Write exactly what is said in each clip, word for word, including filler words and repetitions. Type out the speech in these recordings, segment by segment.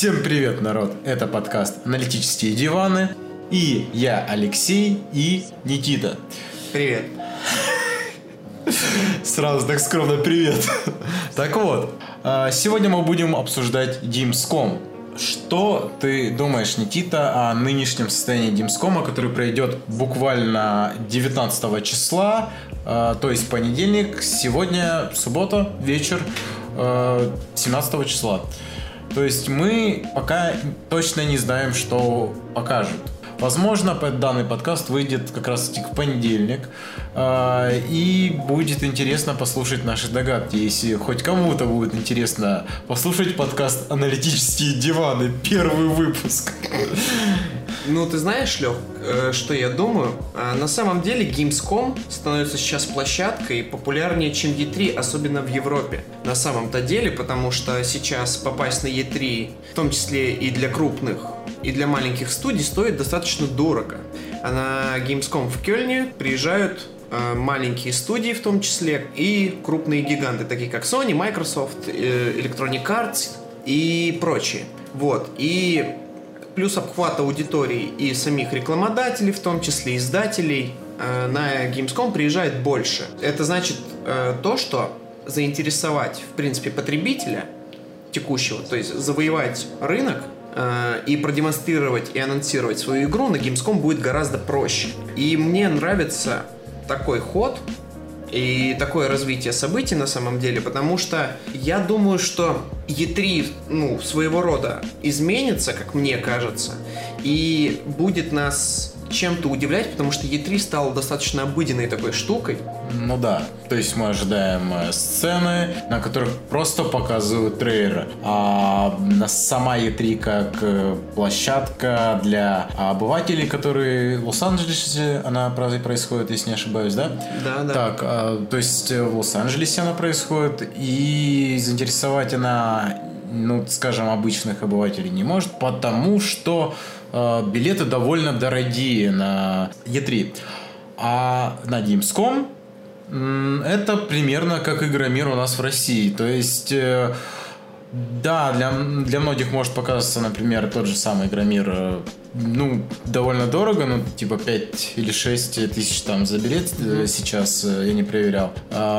Всем привет, народ! Это подкаст «Аналитические диваны». И я Алексей и Никита. Привет. Сразу так скромно привет. Так вот, сегодня мы будем обсуждать Gamescom. Что ты думаешь, Никита, о нынешнем состоянии Gamescom, который пройдет буквально девятнадцатого числа, то есть понедельник, сегодня суббота, вечер, семнадцатого числа. То есть мы пока точно не знаем, что покажут. Возможно, данный подкаст выйдет как раз-таки в понедельник, и будет интересно послушать наши догадки. Если хоть кому-то будет интересно послушать подкаст «Аналитические диваны», первый выпуск. Ну, ты знаешь, Лёх, что я думаю? На самом деле Gamescom становится сейчас площадкой популярнее, чем и три, особенно в Европе. На самом-то деле, потому что сейчас попасть на и три, в том числе и для крупных, и для маленьких студий, стоит достаточно дорого. А на Gamescom в Кёльне приезжают э, маленькие студии, в том числе, и крупные гиганты, такие как Sony, Microsoft, э, Electronic Arts и прочие. Вот. И плюс обхват аудитории и самих рекламодателей, в том числе издателей, э, на Gamescom приезжает больше. Это значит э, то, что заинтересовать, в принципе, потребителя текущего, то есть завоевать рынок, и продемонстрировать и анонсировать свою игру на Gamescom будет гораздо проще. И мне нравится такой ход и такое развитие событий на самом деле, потому что я думаю, что и три, ну, своего рода изменится, как мне кажется, и будет нас чем-то удивлять, потому что и три стала достаточно обыденной такой штукой. Ну да, то есть мы ожидаем сцены, на которых просто показывают трейлеры. А сама и три как площадка для обывателей, которые в Лос-Анджелесе, она происходит, если не ошибаюсь, да? Да, да. Так, то есть в Лос-Анджелесе она происходит, и заинтересовать она, ну, скажем, обычных обывателей не может, потому что билеты довольно дорогие на и три. А на Gamescom это примерно как Игромир у нас в России. То есть, да, для, для многих может показаться, например, тот же самый Игромир, ну, довольно дорого, ну, типа пять или шесть тысяч там за билет mm-hmm. сейчас, я не проверял.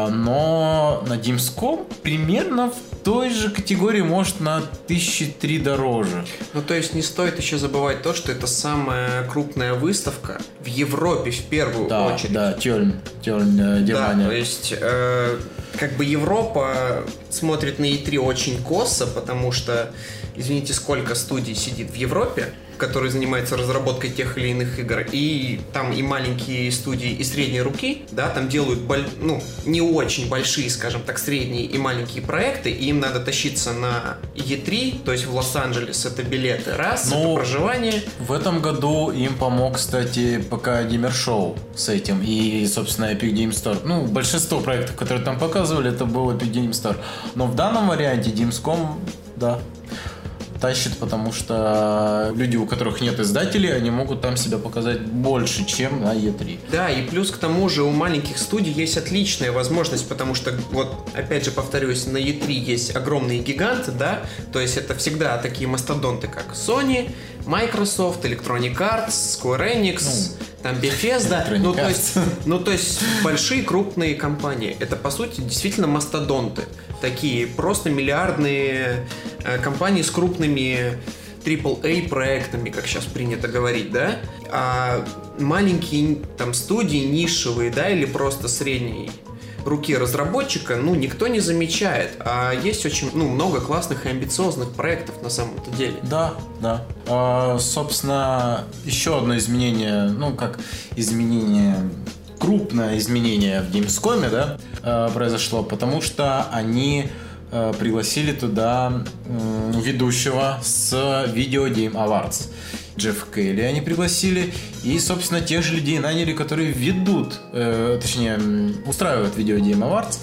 Но на Gamescom примерно в той же категории, может, на тысячи три дороже. Ну, то есть не стоит еще забывать то, что это самая крупная выставка в Европе в первую да, очередь. Да, Кёльн, Кёльн, Германия. Да, то есть э, как бы Европа смотрит на и три очень косо, потому что, извините, сколько студий сидит в Европе, которые занимаются разработкой тех или иных игр, и там и маленькие студии, и средней руки, да, там делают, боль, ну, не очень большие, скажем так, средние и маленькие проекты, и им надо тащиться на и три, то есть в Лос-Анджелес, это билеты, раз, ну, это проживание. В этом году им помог, кстати, ПК Геймер Шоу с этим, и, собственно, Epic Game Store. Ну, большинство проектов, которые там показывали, это был Epic Game Store. Но в данном варианте Gamescom, да, тащит, потому что люди, у которых нет издателей, они могут там себя показать больше, чем на и три. Да, и плюс к тому же у маленьких студий есть отличная возможность, потому что, вот, опять же повторюсь, на и три есть огромные гиганты, да, то есть это всегда такие мастодонты, как Sony, Microsoft, Electronic Arts, Square Enix, ну, там Bethesda, ну то, есть, ну то есть большие крупные компании. Это по сути действительно мастодонты. Такие просто миллиардные э, компании с крупными трипл эй проектами, как сейчас принято говорить, да? А маленькие там студии, нишевые, да, или просто средние руки разработчика, ну, никто не замечает. А есть очень, ну, много классных и амбициозных проектов на самом-то деле. Да, да. А, собственно, еще одно изменение, ну, как изменение... крупное изменение в Gamescom, да, произошло, потому что они пригласили туда ведущего с Video Game Awards. Джефф Келли они пригласили, и, собственно, тех же людей наняли, которые ведут, точнее, устраивают Video Game Awards.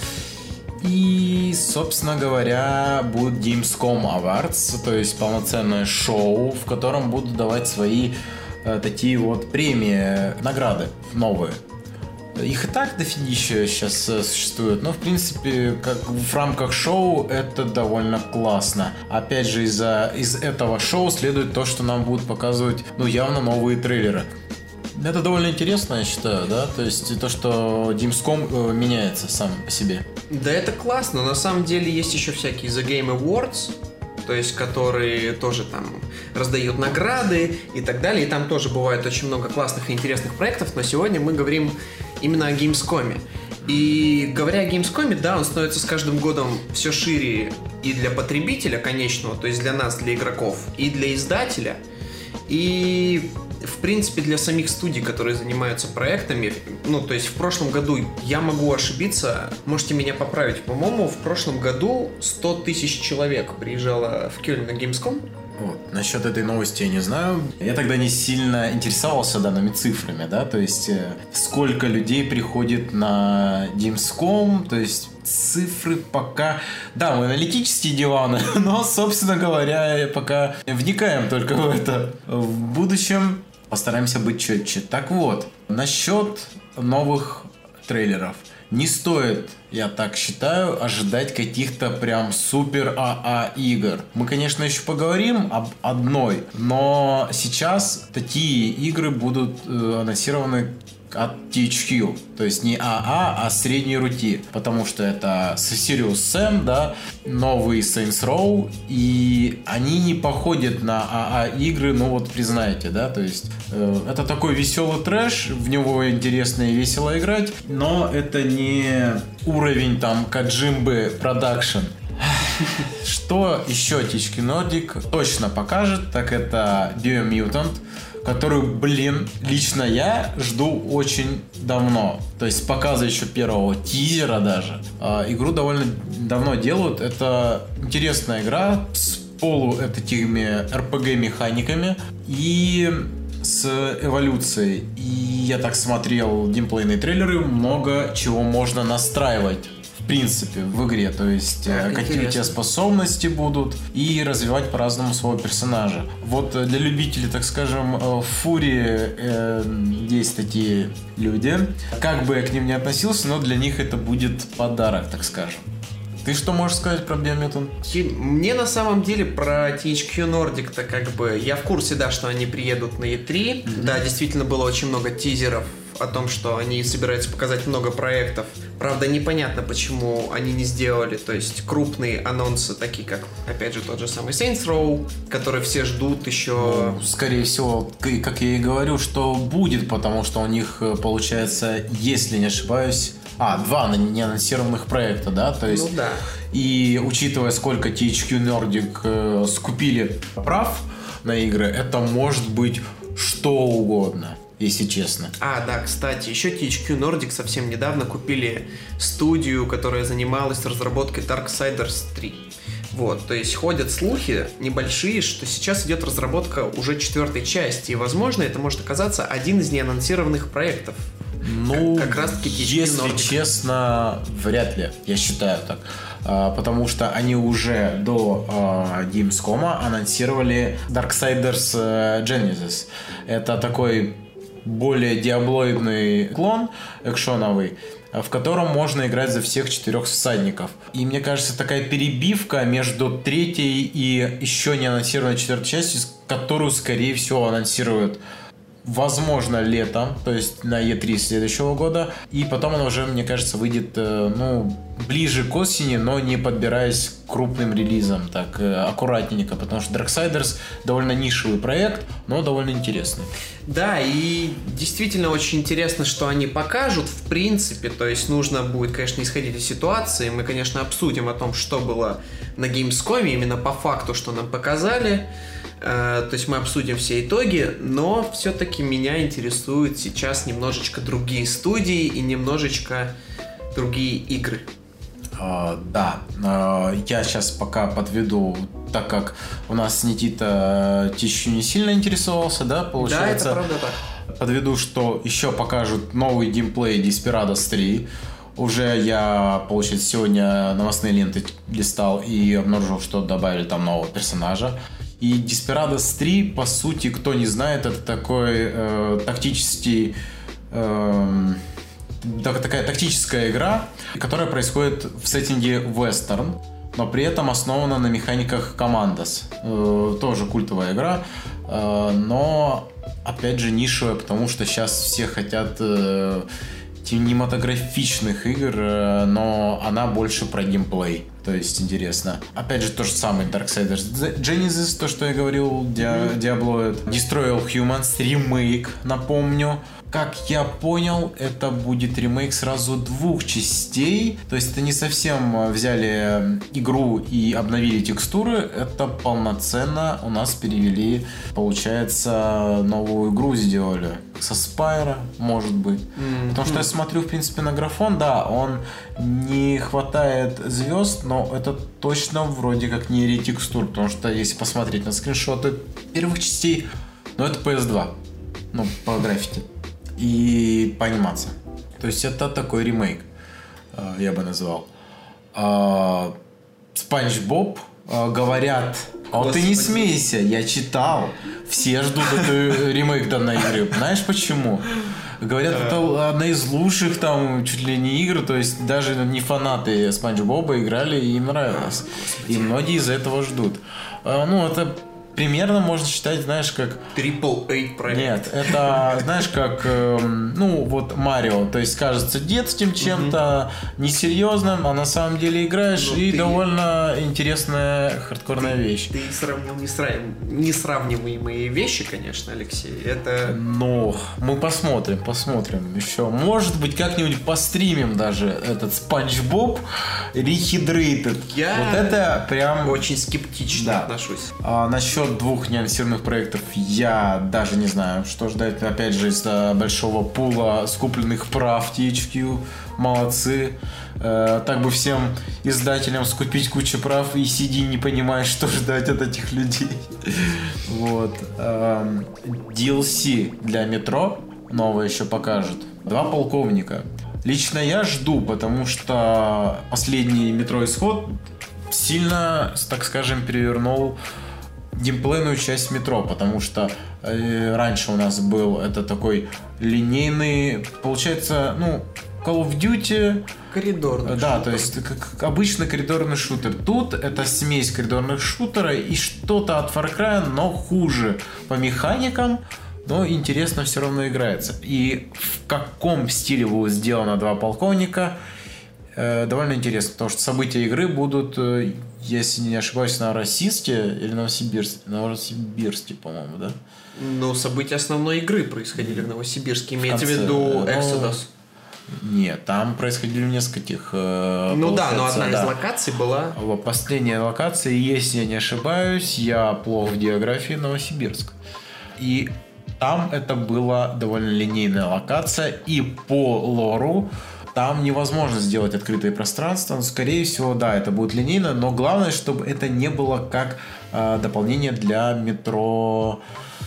И, собственно говоря, будет Gamescom Awards, то есть полноценное шоу, в котором будут давать свои такие вот премии, награды новые. Их и так дофигища сейчас существует, но в принципе как в рамках шоу это довольно классно. Опять же из-за из этого шоу следует то, что нам будут показывать ну явно новые трейлеры. Это довольно интересно, я считаю, да, то есть то, что Gamescom меняется сам по себе. Да, это классно, на самом деле есть еще всякие The Game Awards, то есть которые тоже там раздают награды и так далее, и там тоже бывает очень много классных и интересных проектов, но сегодня мы говорим именно о Gamescom. И говоря о Gamescom, да, он становится с каждым годом все шире и для потребителя конечного, то есть для нас, для игроков, и для издателя, и в принципе для самих студий, которые занимаются проектами. Ну, то есть в прошлом году, я могу ошибиться, можете меня поправить, по-моему, в прошлом году сто тысяч человек приезжало в Кёльн на Gamescom. Вот. Насчет этой новости я не знаю. Я тогда не сильно интересовался данными цифрами, да, то есть э, сколько людей приходит на Gamescom, то есть цифры пока... Да, мы аналитические диваны, но, собственно говоря, пока вникаем только в это. В будущем постараемся быть четче. Так вот, насчет новых трейлеров. Не стоит, я так считаю, ожидать каких-то прям супер АА игр. Мы, конечно, еще поговорим об одной, но сейчас такие игры будут э, анонсированы от ти эйч кью, то есть не АА, а средней руки, потому что это Serious Sam, да, новый Saints Row, и они не походят на АА игры, ну вот признайте, да, то есть э, это такой веселый трэш, в него интересно и весело играть, но это не уровень там Kojimbo Production. Что еще ти эйч кью Nordic точно покажет, так это Biomutant, которую, блин, лично я жду очень давно. То есть показа еще первого тизера даже. А, игру довольно давно делают. Это интересная игра с полу такими эр пи джи-механиками и с эволюцией. И я так смотрел геймплейные трейлеры, много чего можно настраивать. В принципе, в игре, то есть а, какие интересно. У тебя способности будут и развивать по-разному своего персонажа. Вот для любителей, так скажем, в Фури э, есть такие люди. Как бы я к ним не относился, но для них это будет подарок, так скажем. Ты что можешь сказать про Biomutant? Мне на самом деле про ти эйч кью Nordic-то как бы... Я в курсе, да, что они приедут на и три. Mm-hmm. Да, действительно было очень много тизеров о том, что они собираются показать много проектов. Правда, непонятно, почему они не сделали, то есть крупные анонсы, такие как, опять же, тот же самый Saints Row, который все ждут еще... Ну, скорее всего, как я и говорю, что будет, потому что у них, получается, если не ошибаюсь... А, два неанонсированных проекта, да? То есть, ну да. И учитывая, сколько ти эйч кью Nordic э, скупили прав на игры, это может быть что угодно. Если честно. А, да, кстати, еще ти эйч кью Nordic совсем недавно купили студию, которая занималась разработкой Darksiders три. Вот, то есть ходят слухи небольшие, что сейчас идет разработка уже четвертой части, и, возможно, это может оказаться один из неанонсированных проектов. Ну, как, как раз таки ти эйч кью если Nordic. Честно, вряд ли, я считаю так. А, потому что они уже до а, Gamescom анонсировали Darksiders а, Genesis. Это такой более диаблоидный клон экшоновый, в котором можно играть за всех четырех всадников. И мне кажется, такая перебивка между третьей и еще не анонсированной четвертой частью, которую, скорее всего, анонсируют возможно летом, то есть на и три следующего года. И потом она уже, мне кажется, выйдет ну, ближе к осени, но не подбираясь к крупным релизам, так аккуратненько, потому что Darksiders довольно нишевый проект, но довольно интересный. Да, и действительно очень интересно, что они покажут, в принципе, то есть нужно будет, конечно, исходить из ситуации, мы, конечно, обсудим о том, что было на Gamescom, именно по факту, что нам показали. То есть мы обсудим все итоги, но все-таки меня интересуют сейчас немножечко другие студии и немножечко другие игры. Uh, да, uh, я сейчас пока подведу, так как у нас с Никита еще не сильно интересовался, да, получается. Да, это правда так. Подведу, что еще покажут новый геймплей Desperados три. Уже я, получается, сегодня новостные ленты листал и обнаружил, что добавили там нового персонажа. И Desperados три, по сути, кто не знает, это такой э, тактический, э, так- такая тактическая игра, которая происходит в сеттинге вестерн, но при этом основана на механиках Commandos. Э, тоже культовая игра, э, но опять же нишевая, потому что сейчас все хотят э, кинематографичных игр, э, но она больше про геймплей. То есть интересно. Опять же, то же самое Darksiders Genesis, то, что я говорил, Dia- Diabloid. Destroy All Humans, ремейк, напомню. Как я понял, это будет ремейк сразу двух частей. То есть это не совсем взяли игру и обновили текстуры. Это полноценно у нас перевели, получается, новую игру сделали. Со Spyro, может быть. Mm-hmm. Потому что я смотрю, в принципе, на графон, да, он не хватает звезд, но это точно вроде как не ретекстур. Потому что если посмотреть на скриншоты первых частей, ну это пи эс два. Ну, по графике. И по анимации. То есть это такой ремейк, я бы назвал. Спанч Боб, говорят, а вот ты не смейся, я читал. Все ждут эту ремейк данной игры. Знаешь почему? Говорят, это одна из лучших там чуть ли не игр, то есть даже не фанаты Спанч Боба играли и им нравилось. И многие из-за этого ждут. Ну, это примерно можно считать, знаешь, как... Трипл Эй проект. Нет, это, знаешь, как, э, ну, вот Марио. То есть, кажется детским чем-то, угу. несерьезным, а на самом деле играешь, ну, и ты... довольно интересная хардкорная ты, вещь. Ты сравнил несрав... несравниваемые вещи, конечно, Алексей. Это... Ну, мы посмотрим, посмотрим еще. Может быть, как-нибудь постримим даже этот Спанч Боб Rehydrated. Я вот это прям... очень скептично да. отношусь. А, насчет двух неанонсированных проектов я даже не знаю, что ждать. Опять же, из-за большого пула скупленных прав ти эйч кью. Молодцы. Э, так бы всем издателям скупить кучу прав и сиди, не понимаешь, что ждать от этих людей. Вот. Э, ди эл си для метро новое еще покажут. Два полковника. Лично я жду, потому что последний метро Исход сильно, так скажем, перевернул геймплейную часть метро, потому что э, раньше у нас был это такой линейный, получается, ну, Call of Duty. Коридорный Да, шутер. то есть как обычный коридорный шутер. Тут это смесь коридорных шутера и что-то от Far Cry, но хуже по механикам, но интересно все равно играется. И в каком стиле будут сделаны два полковника, э, довольно интересно, потому что события игры будут... Э, если не ошибаюсь, на Новороссийске или Новосибирске, Новосибирске, по-моему, да? Ну, события основной игры происходили в Новосибирске. Имеется в виду Exodus? Нет, там происходили в нескольких. Э, ну да, но одна да. из локаций была... Последняя локация, если я не ошибаюсь, я плох в географии, Новосибирск. И там это была довольно линейная локация, и по лору там невозможно сделать открытое пространство. Но, скорее всего, да, это будет линейно, но главное, чтобы это не было как э, дополнение для метро...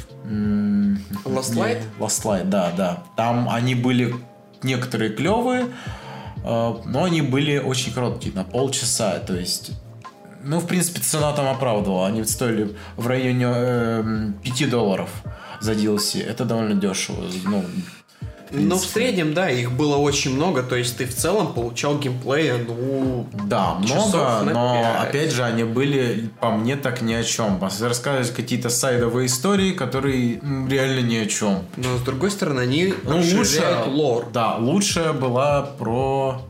М- Last Light? Last Light, да, да. Там они были некоторые клевые, э, но они были очень короткие, на полчаса. То есть, ну, в принципе, цена там оправдывала. Они стоили в районе э, пяти долларов за ди эл си. Это довольно дешево. Ну, но в среднем, да, их было очень много, то есть ты в целом получал геймплея, ну... Да, много, но, пять. опять же, они были, по мне, так ни о чем. Рассказывать какие-то сайдовые истории, которые реально ни о чем. Но, с другой стороны, они ну, расширяют лор. Да, лучшая была про...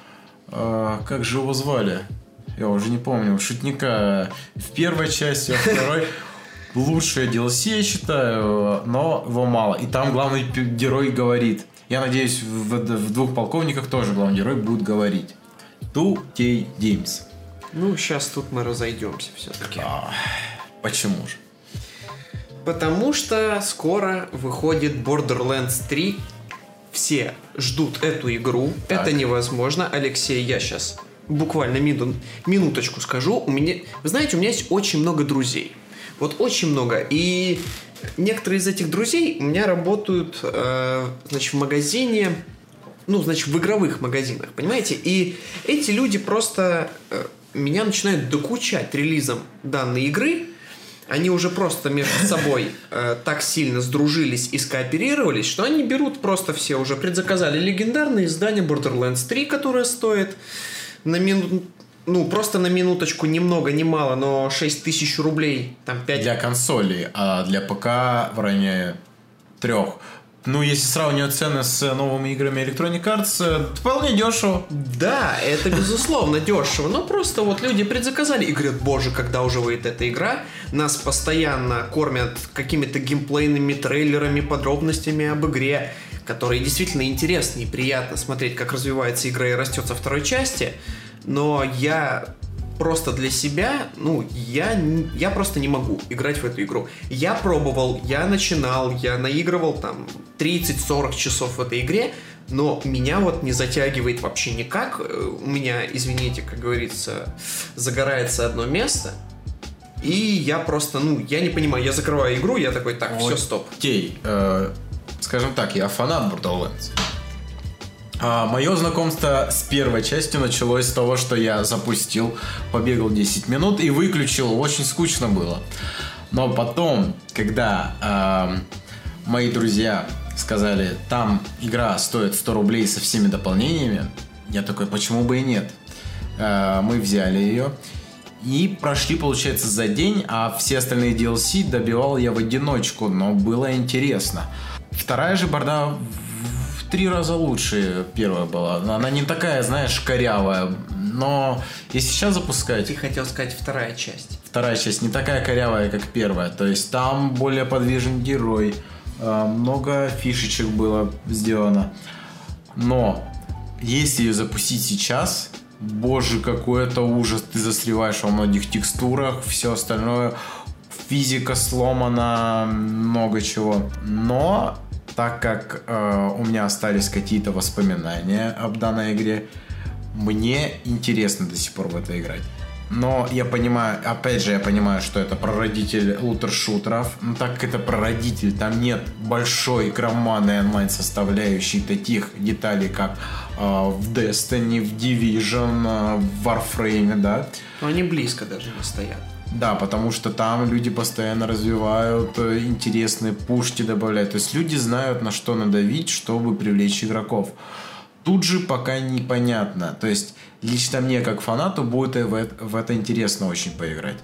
Э, как же его звали? Я уже не помню. Шутника в первой части, а второй... Лучшее ди эл си, я считаю, но его мало. И там главный герой говорит. Я надеюсь, в, в двух полковниках тоже главный герой будет говорить. ту кей Games. Ну, сейчас тут мы разойдемся все-таки. А, почему же? Потому что скоро выходит Borderlands три. Все ждут эту игру. Так. Это невозможно. Алексей, я сейчас буквально мину, минуточку скажу. У меня, вы знаете, у меня есть очень много друзей. Вот очень много. И некоторые из этих друзей у меня работают, э, значит, в магазине, ну, значит, в игровых магазинах, понимаете? И эти люди просто э, меня начинают докучать релизом данной игры, они уже просто между собой э, так сильно сдружились и скооперировались, что они берут просто все уже предзаказали легендарное издание Borderlands три, которое стоит на минуту, ну просто на минуточку ни много ни мало, но шесть тысяч рублей, там пять. Для консолей, а для ПК в районе трех. Ну, если сравнивать цены с новыми играми Electronic Arts, вполне дешево. Да, это безусловно дешево, но просто вот люди предзаказали и говорят, боже, когда уже выйдет эта игра, нас постоянно кормят какими-то геймплейными трейлерами, подробностями об игре, которые действительно интересны и приятно смотреть, как развивается игра и растет со второй части, но я... Просто для себя, ну, я, я просто не могу играть в эту игру. Я пробовал, я начинал, я наигрывал там тридцать-сорок часов в этой игре, но меня вот не затягивает вообще никак. У меня, извините, как говорится, загорается одно место, и я просто, ну, я не понимаю, я закрываю игру, я такой, так, все, стоп. Окей, э, скажем так, я фанат Borderlands. А мое знакомство с первой частью началось с того, что я запустил, побегал десять минут и выключил. Очень скучно было. Но потом, когда э, мои друзья сказали, там игра стоит сто рублей со всеми дополнениями, я такой, почему бы и нет? Э, мы взяли ее и прошли, получается, за день, а все остальные ди эл си добивал я в одиночку, но было интересно. Вторая же борда в три раза лучше первая была. Она не такая, знаешь, корявая, но если сейчас запускать... Ты хотел сказать вторая часть. Вторая часть не такая корявая, как первая. То есть там более подвижен герой, много фишечек было сделано. Но если ее запустить сейчас, боже, какой это ужас. Ты застреваешь во многих текстурах, все остальное, физика сломана, много чего. Но... Так как э, у меня остались какие-то воспоминания об данной игре, мне интересно до сих пор в это играть. Но я понимаю, опять же, я понимаю, что это прародитель лутер-шутеров. Но так как это прародитель, там нет большой громадной онлайн-составляющей таких деталей, как э, в Destiny, в Division, э, в Warframe, да. Но они близко даже не стоят. Да, потому что там люди постоянно развивают, интересные пушки добавляют. То есть люди знают, на что надавить, чтобы привлечь игроков. Тут же пока непонятно. То есть лично мне, как фанату, будет в это, в это интересно очень поиграть.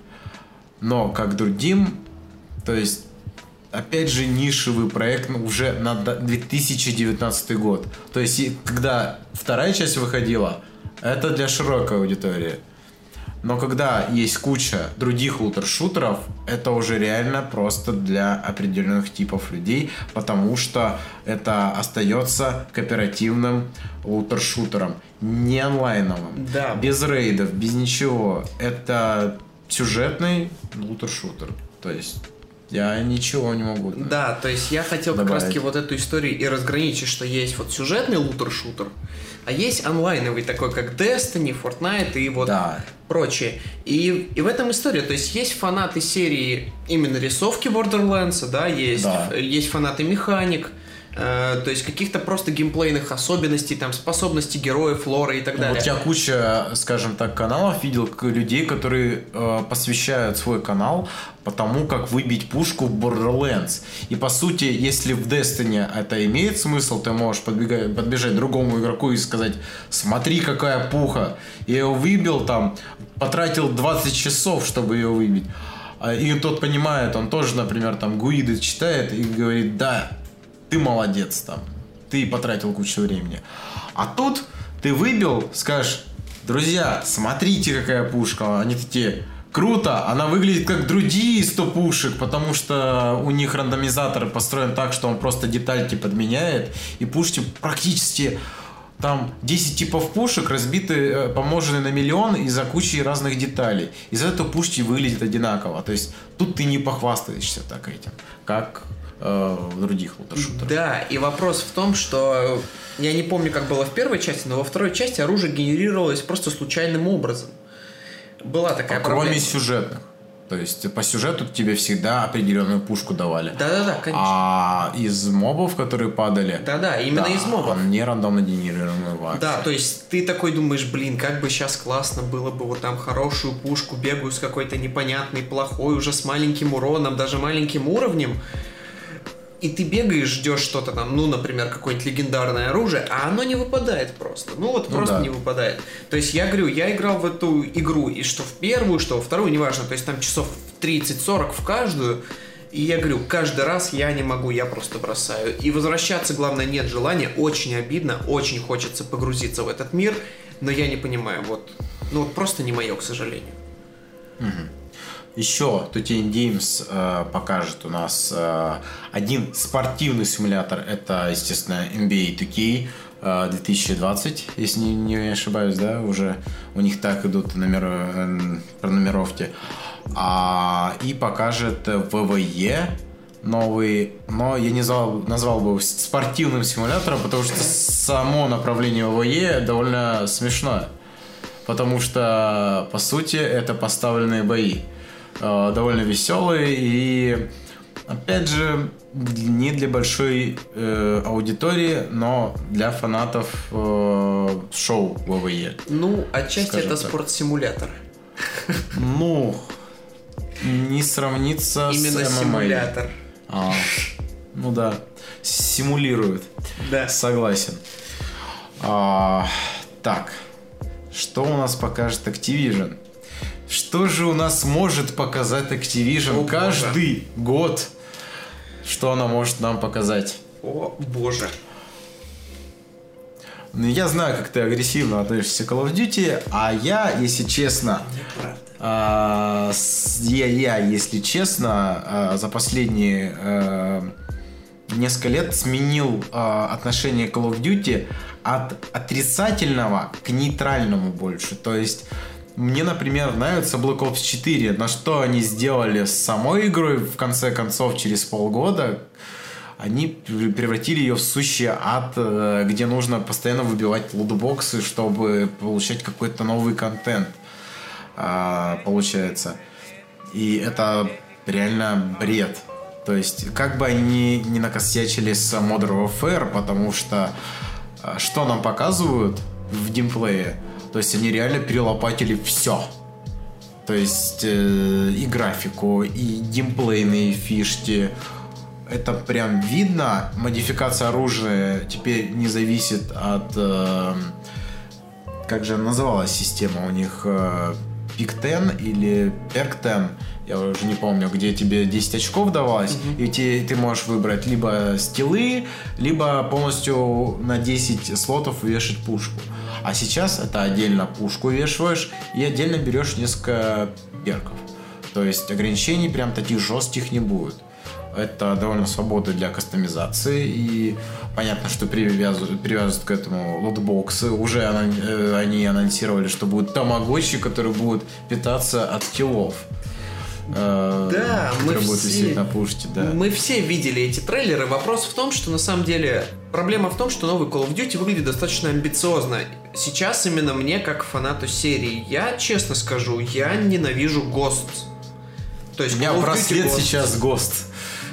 Но как другим, то есть, опять же, нишевый проект уже на две тысячи девятнадцатый год. То есть, когда вторая часть выходила, это для широкой аудитории. Но когда есть куча других лутер-шутеров, это уже реально просто для определенных типов людей, потому что это остается кооперативным лутер-шутером, не онлайновым, да. Без рейдов, без ничего. Это сюжетный лутер-шутер. То есть я ничего не могу. Да, то есть я хотел добавить. Как раз таки вот эту историю и разграничить, что есть вот сюжетный лутер-шутер, а есть онлайновый, такой как Destiny, Fortnite и вот да. прочее. И, и в этом история. То есть есть фанаты серии именно рисовки Borderlands, да, есть, да. есть фанаты механик, э, то есть каких-то просто геймплейных особенностей, там, способностей героев, лора и так далее. Вот я куча, скажем так, каналов видел, людей, которые э, посвящают свой канал потому, как выбить пушку в Borderlands. И по сути, если в Destiny это имеет смысл, ты можешь подбегать, подбежать другому игроку и сказать, смотри, какая пуха. Я ее выбил там, потратил двадцать часов, чтобы ее выбить. И тот понимает, он тоже, например, там гуиды читает и говорит, да, ты молодец там, ты потратил кучу времени. А тут ты выбил, скажешь, друзья, смотрите, какая пушка. Они такие... Круто, она выглядит как другие сто пушек, потому что у них рандомизатор построен так, что он просто детальки подменяет, и пушки практически там десять типов пушек разбиты, помножены на миллион из-за кучи разных деталей. Из-за этого пушки выглядят одинаково, то есть тут ты не похвастаешься так этим, как э, в других лутер-шутерах. Да, и вопрос в том, что я не помню, как было в первой части, но во второй части оружие генерировалось просто случайным образом. Была такая а проблема. Кроме сюжетных. То есть по сюжету тебе всегда определенную пушку давали. Да-да-да, конечно. А из мобов, которые падали... Да-да, именно да, из мобов. Он не рандомно генерируемый вообще. Да, то есть ты такой думаешь, блин, как бы сейчас классно было бы вот там хорошую пушку, бегаю с какой-то непонятной, плохой, уже с маленьким уроном, даже маленьким уровнем. И ты бегаешь, ждешь что-то там, ну, например, какое-нибудь легендарное оружие, а оно не выпадает просто. Ну, вот ну, просто да. не выпадает. То есть я говорю, я играл в эту игру, и что в первую, что во вторую, неважно, то есть там часов тридцать-сорок в каждую, и я говорю, каждый раз я не могу, я просто бросаю. И возвращаться, главное, нет желания, очень обидно, очень хочется погрузиться в этот мир, но я не понимаю, вот, ну, вот просто не мое, к сожалению. Угу. Еще two T N Games э, покажет у нас э, один спортивный симулятор. Это, естественно, эн би эй two K э, две тысячи двадцать, если не, не ошибаюсь, да, уже у них так идут номер, э, пронумеровки. А, и покажет ви ви и новый, но я не назвал, назвал бы спортивным симулятором, потому что само направление ви ви и довольно смешное. Потому что, по сути, это поставленные бои. Довольно веселые и, опять же, не для большой э, аудитории, но для фанатов э, шоу ви ви и. Ну, отчасти это спортсимулятор. Ну, не сравнится именно с эм эм а. Именно симулятор. А, ну да, симулирует. Да. Согласен. А, так, что у нас покажет Activision? Что же у нас может показать Activision О, каждый боже. год? Что она может нам показать? О, боже. Ну, я знаю, как ты агрессивно относишься к Call of Duty, а я, если честно... А, с, я, я, если честно, а, за последние а, несколько лет сменил а, отношение к Call of Duty от отрицательного к нейтральному больше. То есть... Мне, например, нравится Black Ops четыре, но что они сделали с самой игрой, в конце концов, через полгода, они превратили ее в сущий ад, где нужно постоянно выбивать лутбоксы, чтобы получать какой-то новый контент, получается. И это реально бред. То есть, как бы они не накосячили с Modern Warfare, потому что что нам показывают в геймплее? То есть они реально перелопатили все. То есть э, и графику, и геймплейные фишки. Это прям видно. Модификация оружия теперь не зависит от... Э, как же называлась система у них? Э, пик десять или перк десять. Я уже не помню, где тебе десять очков давалось. Mm-hmm. И те, ты можешь выбрать либо скиллы, либо полностью на десять слотов вешать пушку. А сейчас это отдельно пушку вешаешь и отдельно берешь несколько перков. То есть ограничений прям таких жестких не будет. Это довольно свободно для кастомизации. И понятно, что привязывают, привязывают к этому лотбоксы. Уже они анонсировали, что будут тамагочи, которые будут питаться от киллов. Да, мы все, на пушке, да. мы все видели эти трейлеры. Вопрос в том, что на самом деле проблема в том, что новый Call of Duty выглядит достаточно амбициозно. Сейчас именно мне, как фанату серии, я честно скажу, я ненавижу Ghost. То есть у меня просвет сейчас Ghost.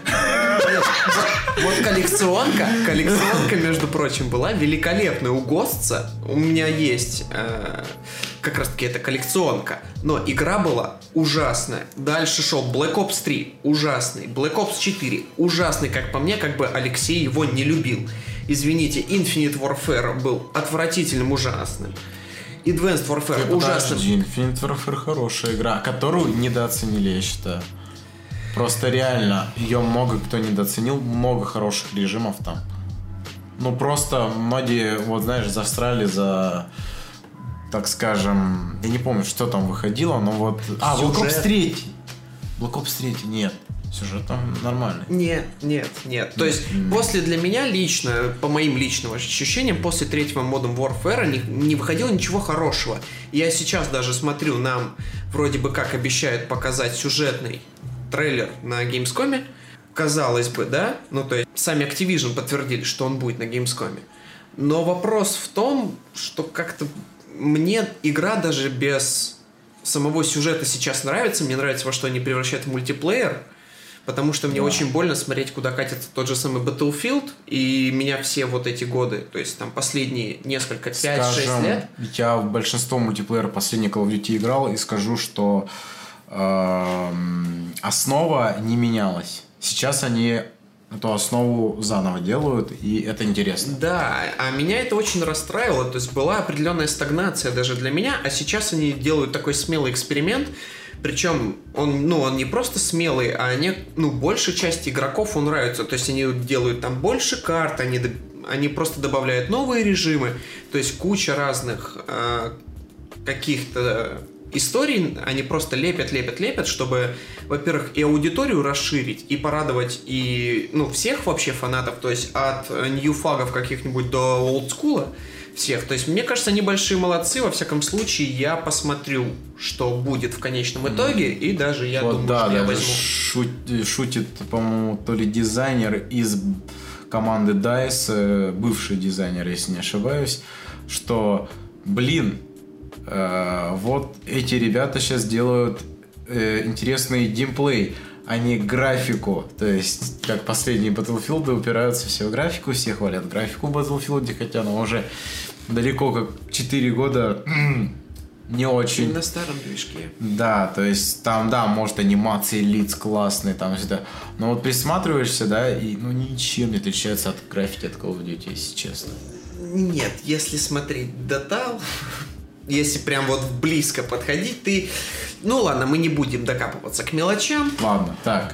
Вот коллекционка, коллекционка, между прочим, была великолепная у Гостца. У меня есть э, как раз таки эта коллекционка. Но игра была ужасная. Дальше шел Black Ops три, ужасный. Black Ops четыре, ужасный, как по мне, как бы Алексей его не любил. Извините, Infinite Warfare был отвратительным, ужасным. Advanced Warfare Ты ужасным. Подожди, Infinite Warfare хорошая игра, которую недооценили, я считаю. Просто реально, ее много кто недооценил, много хороших режимов там. Ну просто многие, вот знаешь, застряли за, так скажем, я не помню, что там выходило, но вот... А, Black Ops три. Black Ops три, нет. Сюжет там нормальный. Нет, нет, нет. То есть, mm-hmm. после для меня лично, по моим личным ощущениям, после третьего Modern Warfare не, не выходило ничего хорошего. Я сейчас даже смотрю, нам вроде бы как обещают показать сюжетный трейлер на Gamescom. Казалось бы, да? Ну, то есть, сами Activision подтвердили, что он будет на Gamescom. Но вопрос в том, что как-то мне игра даже без самого сюжета сейчас нравится, мне нравится, во что они превращают в мультиплеер, потому что мне да. очень больно смотреть, куда катится тот же самый Battlefield, и меня все вот эти годы, то есть там последние несколько, пять-шесть лет. Я в большинство мультиплееров последний Call of Duty играл и скажу, что э, основа не менялась. Сейчас они эту основу заново делают, и это интересно. Да, а меня это очень расстраивало, то есть была определенная стагнация даже для меня, а сейчас они делают такой смелый эксперимент, причем он, ну, он не просто смелый, а они, ну, большей части игроков он нравится, то есть они делают там больше карт, они, они просто добавляют новые режимы, то есть куча разных э, каких-то историй они просто лепят, лепят, лепят, чтобы, во-первых, и аудиторию расширить, и порадовать и, ну, всех вообще фанатов, то есть от нью-фагов каких-нибудь до олдскула всех. То есть, мне кажется, они большие молодцы. Во всяком случае, я посмотрю, что будет в конечном итоге, и даже я вот думаю, да, что я даже возьму. Шутит, шутит, по-моему, то ли дизайнер из команды дайс, бывший дизайнер, если не ошибаюсь, что, блин, Uh, вот эти ребята сейчас делают uh, интересный геймплей, а не графику. То есть, как последние Battlefield упираются все в графику, все хвалят графику в Battlefield, хотя она уже далеко как четыре года не очень. На старом движке. Да, то есть там, да, может, анимации лиц классные, там всегда. Но вот присматриваешься, да, и ну ничем не отличается от графики от Call of Duty, если честно. Нет, если смотреть Dota, если прям вот близко подходить, ты... Ну ладно, мы не будем докапываться к мелочам. Ладно, так.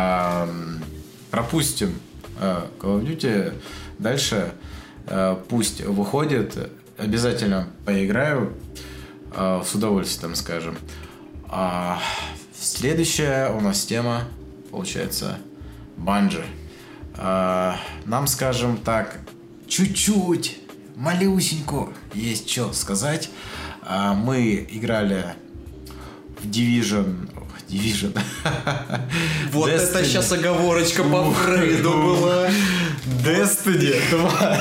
Эм, пропустим э, Call of Duty. Дальше э, пусть выходит. Обязательно поиграю. Э, с удовольствием, скажем. А следующая у нас тема, получается, Bungie. Э, нам, скажем так, чуть-чуть, малюсенько есть что сказать. Мы играли в Division... Division. Вот Destiny. Это сейчас оговорочка по Фрейду была. Destiny два.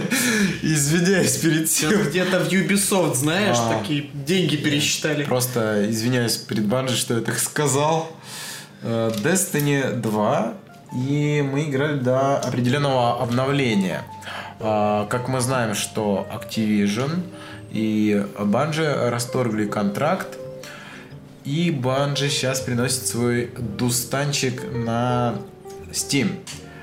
Извиняюсь перед тем. Сейчас где-то в Ubisoft, знаешь, а, такие деньги пересчитали. Просто извиняюсь перед Bungie, что я так сказал. Destiny два. И мы играли до определенного обновления. Как мы знаем, что Activision и Bungie расторгли контракт, и Bungie сейчас приносит свой дустанчик на Steam.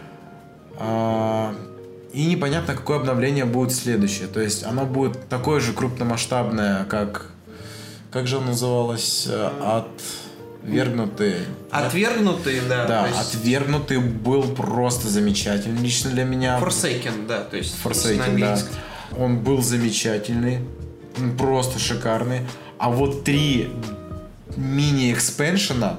И непонятно, какое обновление будет следующее. То есть оно будет такое же крупномасштабное, как... Как же оно называлось? Отвергнутые. Отвергнутые, да. Да, есть... Отвергнутый был просто замечательный лично для меня. Forsaken, да, то есть Forsaken, да. Он был замечательный, просто шикарный. А вот три мини-экспеншена,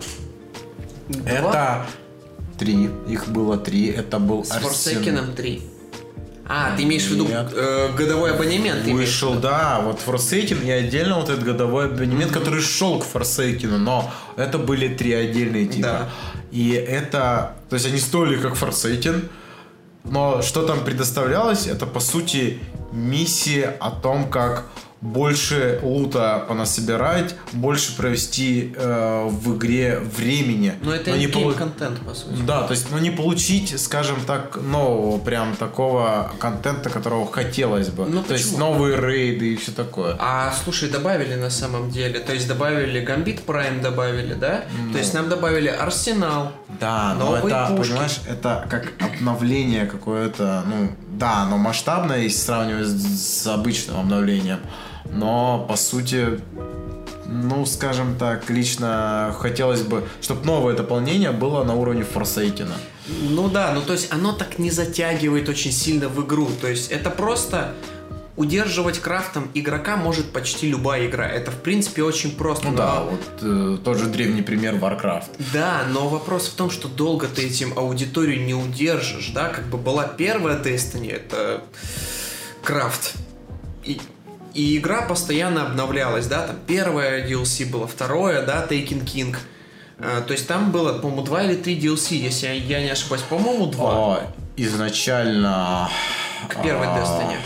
это три, их было три, это был с Forsaken три. А, ты имеешь в виду э, годовой абонемент? Вышел, да, вот Forsaken и отдельно вот этот годовой абонемент, mm-hmm. который шел к Forsaken, но это были три отдельные типа. Да. И это, то есть они стоили как Forsaken, но что там предоставлялось, это по сути миссия о том, как больше лута понасобирать, больше провести э, в игре времени. Но это не гейм-контент, по сути. Да, то есть, ну, не получить, скажем так, нового, прям такого контента, которого хотелось бы. Ну, то почему? Есть, новые рейды и все такое. А, слушай, добавили на самом деле. То есть, добавили Gambit Prime, добавили, да? Ну. То есть, нам добавили Арсенал. Да, но это, пушки. Понимаешь, это как обновление какое-то, ну, да, оно масштабное, если сравнивать с, с обычным обновлением. Но, по сути, ну, скажем так, лично хотелось бы, чтобы новое дополнение было на уровне Forsaken. Ну да, ну то есть оно так не затягивает очень сильно в игру. То есть это просто удерживать крафтом игрока может почти любая игра. Это, в принципе, очень просто. Ну но... да, вот э, тот же древний пример Warcraft. Да, но вопрос в том, что долго ты этим аудиторию не удержишь, да? Как бы была первая Destiny, это крафт. И... И игра постоянно обновлялась, да, там первое ди эл си было, второе, да, Taken King. А, то есть там было, по-моему, два или три ди эл си, если я, я не ошибаюсь, по-моему, два. О, изначально... К первой Destiny.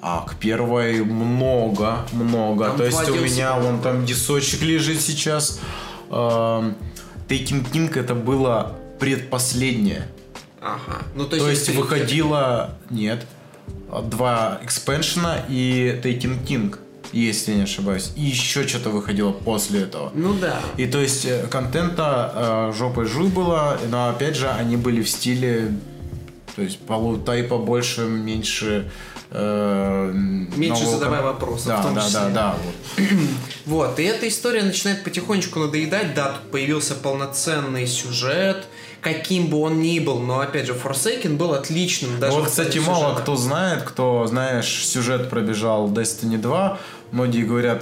А к первой много, много. Там То есть у меня DLC, вон там дисочек лежит сейчас. Taken King это было предпоследнее. Ага. Ну, то, То есть, есть выходило... Нет. Два экспеншена и Taken King, если не ошибаюсь. И еще что-то выходило после этого. Ну да. И то есть контента э, жопой жуй было, но опять же они были в стиле, то есть полутайпа больше, меньше... Э, Меньше нового... задавай вопросов, да, в том да, числе. да, да, вот. Вот, и эта история начинает потихонечку надоедать. Да, тут появился полноценный сюжет, каким бы он ни был, но опять же Forsaken был отличным. Даже Вот, кстати, мало сюжета. кто знает, кто, знаешь, сюжет пробежал Destiny два, многие говорят,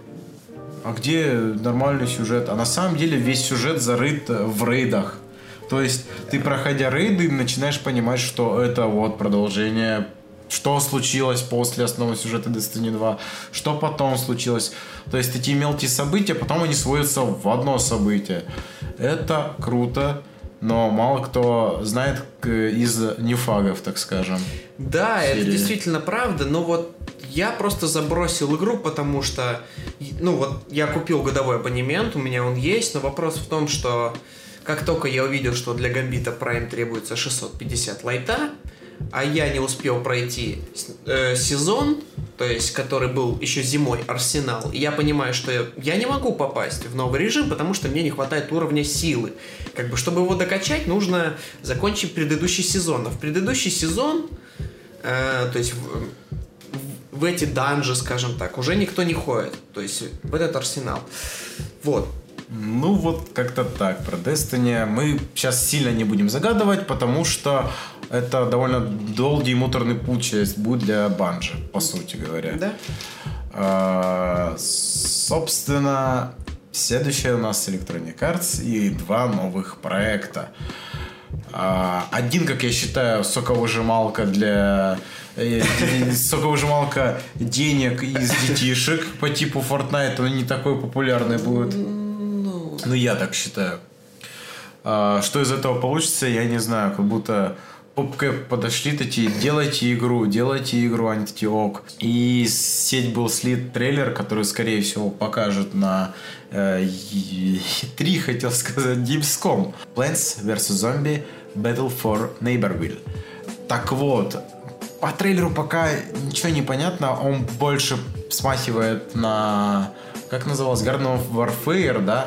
а где нормальный сюжет? А на самом деле весь сюжет зарыт в рейдах. То есть ты, проходя рейды, начинаешь понимать, что это вот продолжение, что случилось после основного сюжета Destiny два, что потом случилось. То есть эти мелкие события, потом они сводятся в одно событие. Это круто, но мало кто знает из ньюфагов, так скажем. Да, серии. это действительно правда, но вот я просто забросил игру, потому что, ну вот, я купил годовой абонемент, у меня он есть, но вопрос в том, что как только я увидел, что для Гамбита Prime требуется шестьсот пятьдесят лайта, а я не успел пройти э, сезон, то есть, который был еще зимой, Арсенал, и я понимаю, что я, я не могу попасть в новый режим, потому что мне не хватает уровня силы. Как бы, чтобы его докачать, нужно закончить предыдущий сезон. А в предыдущий сезон, э, то есть, в, в эти данжи, скажем так, уже никто не ходит. То есть, в этот Арсенал. Вот. Ну вот как-то так. Про Destiny мы сейчас сильно не будем загадывать, потому что это довольно долгий муторный путь сейчас будет для Bungie, по сути говоря. Да. А, собственно, следующее у нас Electronic Arts и два новых проекта. А, один, как я считаю, соковыжималка для... соковыжималка денег из детишек по типу Fortnite, он не такой популярный будет. Ну, я так считаю. А, что из этого получится, я не знаю. Как будто PopCap подошли такие, делайте игру, делайте игру, они такие, ок. И сеть был слит трейлер, который, скорее всего, покажет на э, три, хотел сказать, Gamescom. Plants версус. Zombie Battle for Neighborville. Так вот, по трейлеру пока ничего не понятно. Он больше смахивает на... Как называлось? Garden of Warfare, да?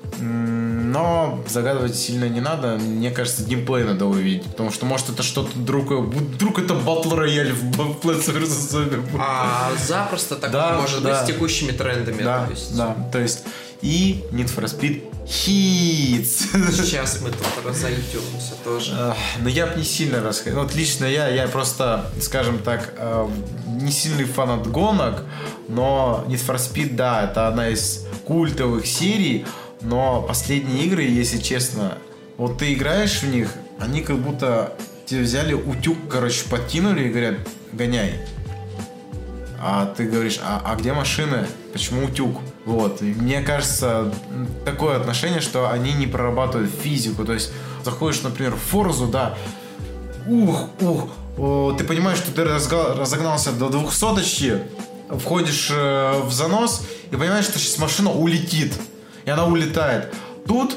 Но загадывать сильно не надо. Мне кажется, геймплей надо увидеть. Потому что, может, это что-то другое. Вдруг это Battle Royale в Plants версус. Zombie. А запросто такое да, может да. быть с текущими трендами. Да, то есть... да. То есть и Need for Speed Hits. Сейчас мы тут разойдемся тоже. Но я бы не сильно расходил. Вот лично я, я просто, скажем так, не сильный фанат гонок, но Need for Speed, да, это одна из культовых серий. Но последние игры, если честно, вот ты играешь в них, они как будто тебе взяли утюг, короче, подкинули и говорят, гоняй. А ты говоришь, а, а где машины? Почему утюг? Вот. И мне кажется, такое отношение, что они не прорабатывают физику. То есть заходишь, например, в Forza, да, ух, ух, о, ты понимаешь, что ты разга- разогнался до двухсоточки, входишь э, в занос и понимаешь, что сейчас машина улетит. И она улетает. Тут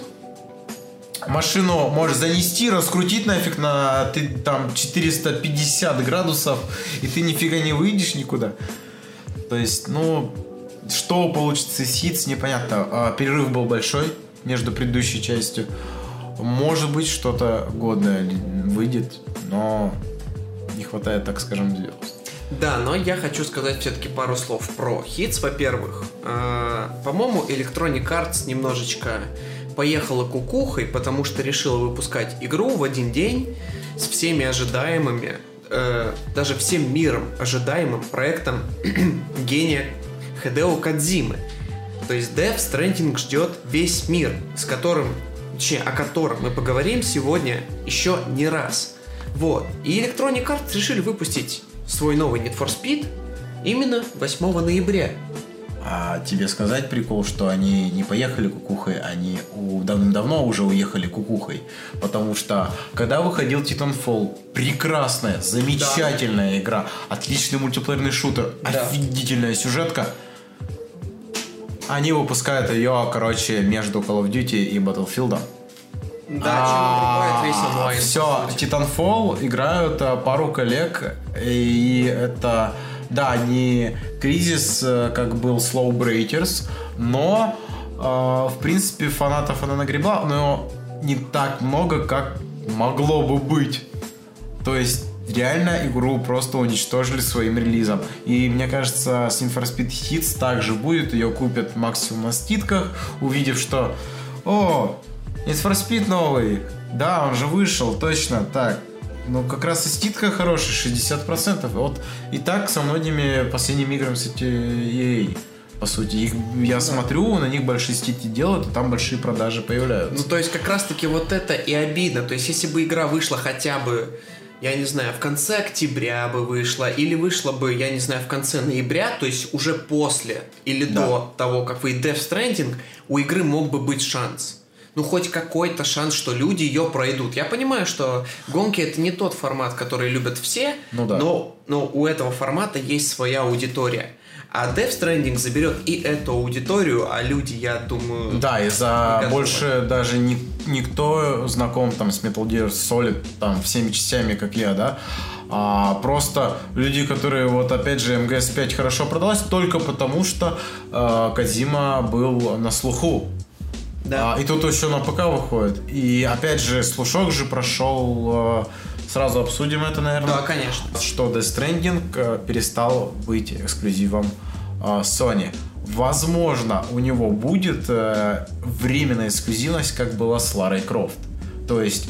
машину можешь занести, раскрутить нафиг на ты, там четыреста пятьдесят градусов, и ты нифига не выйдешь никуда. То есть, ну, что получится из Hits, непонятно. А, перерыв был большой между предыдущей частью. Может быть, что-то годное выйдет, но не хватает, так скажем, звезд. Да, но я хочу сказать все-таки пару слов про Hits. Во-первых, э, по-моему, Electronic Arts немножечко поехала кукухой, потому что решила выпускать игру в один день с всеми ожидаемыми, э, даже всем миром ожидаемым проектом гения Хидео Кодзимы. То есть Death Stranding ждет весь мир, с которым, точнее, о котором мы поговорим сегодня еще не раз. Вот. И Electronic Arts решили выпустить свой новый Need for Speed именно восьмого ноября. А тебе сказать прикол, что они не поехали кукухой, они у- давным-давно уже уехали кукухой. Потому что, когда выходил Titanfall, прекрасная, замечательная игра, отличный мультиплеерный шутер, Да. офигительная сюжетка, они выпускают ее, короче, между Call of Duty и Battlefield. Да, чем отрубает весь онлайн. Все, Titanfall играют а, пару коллег, и это, да, не кризис, а, как был Slow Breakers, но, а, в принципе, фанатов она нагребла, но не так много, как могло бы быть. То есть, реально игру просто уничтожили своим релизом. И мне кажется, с Need for Speed Hits также будет, ее купят максимум на скидках, увидев, что, о, Need for Speed новый. Да, он же вышел, точно, так. Ну, как раз и скидка хорошая, шестьдесят процентов. Вот и так со многими последними играми, кстати, и эй. По сути, их, я смотрю, на них большие скидки делают, и там большие продажи появляются. Ну, то есть, как раз-таки вот это и обидно. То есть, если бы игра вышла хотя бы, я не знаю, в конце октября бы вышла, или вышла бы, я не знаю, в конце ноября, то есть уже после или Да. до того, как выйдет Death Stranding, у игры мог бы быть шанс. Ну, хоть какой-то шанс, что люди ее пройдут. Я понимаю, что гонки — это не тот формат, который любят все, Ну да. но, но у этого формата есть своя аудитория. А Death Stranding заберет и эту аудиторию, а люди, я думаю... Да, и за готовы. больше даже ни, никто знаком там с Metal Gear Solid там всеми частями, как я, да, а просто люди, которые вот опять же эм джи эс пять хорошо продалась только потому, что э, Кодзима был на слуху. Да. А, и тут еще на ПК выходит. И опять же слушок же прошел. э, Сразу обсудим это, наверное. Да, конечно. Что Death Stranding э, перестал быть эксклюзивом э, Sony. Возможно, у него будет э, временная эксклюзивность, как была с Ларой Крофт. То есть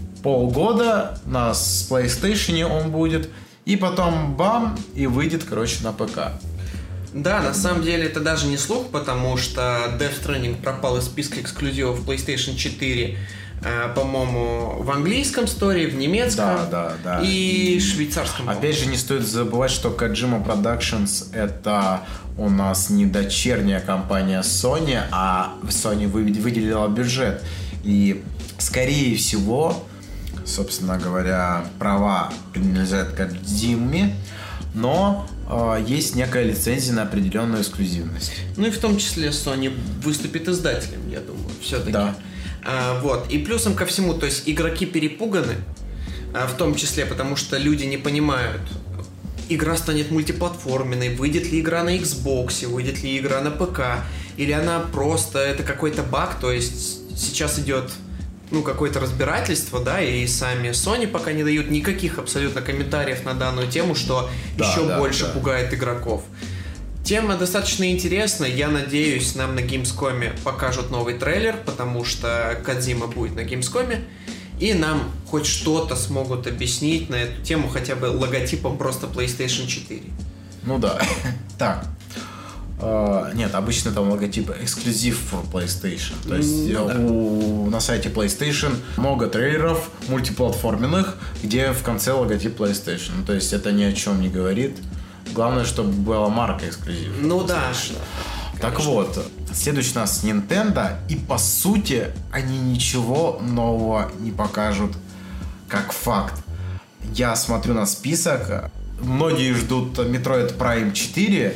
полгода на с PlayStation он будет, и потом бам, и выйдет, короче, на ПК. Да, на самом деле это даже не слух, потому что Death Stranding пропал из списка эксклюзивов PlayStation четыре, э, по-моему, в английском сторе, в немецком Да, да, да. и швейцарском. Опять же, не стоит забывать, что Kojima Productions — это у нас не дочерняя компания Sony, а Sony вы- выделила бюджет. И, скорее всего, собственно говоря, права принадлежат Кодзиме, но э, есть некая лицензия на определенную эксклюзивность. Ну и в том числе Sony выступит издателем, я думаю, все-таки. Да. А, вот. И плюсом ко всему, то есть игроки перепуганы, а, в том числе потому, что люди не понимают, игра станет мультиплатформенной, выйдет ли игра на Xbox, выйдет ли игра на ПК, или она просто, это какой-то баг, то есть сейчас идет ну, какое-то разбирательство, да, и сами Sony пока не дают никаких абсолютно комментариев на данную тему, что Да, еще да, больше да. пугает игроков. Тема достаточно интересная. Я надеюсь, нам на Gamescom покажут новый трейлер, потому что Кодзима будет на Gamescom, и нам хоть что-то смогут объяснить на эту тему, хотя бы логотипом просто PlayStation четыре. Ну да. Так. Э, нет, обычно там логотип эксклюзив for PlayStation. То есть Ну э, да. у, на сайте PlayStation много трейлеров мультиплатформенных, где в конце логотип PlayStation. Ну, то есть это ни о чем не говорит. Главное, чтобы была марка эксклюзив. Ну да. Так конечно. вот, следующий у нас Nintendo, и по сути они ничего нового не покажут как факт. Я смотрю на список, многие ждут Metroid Prime четыре,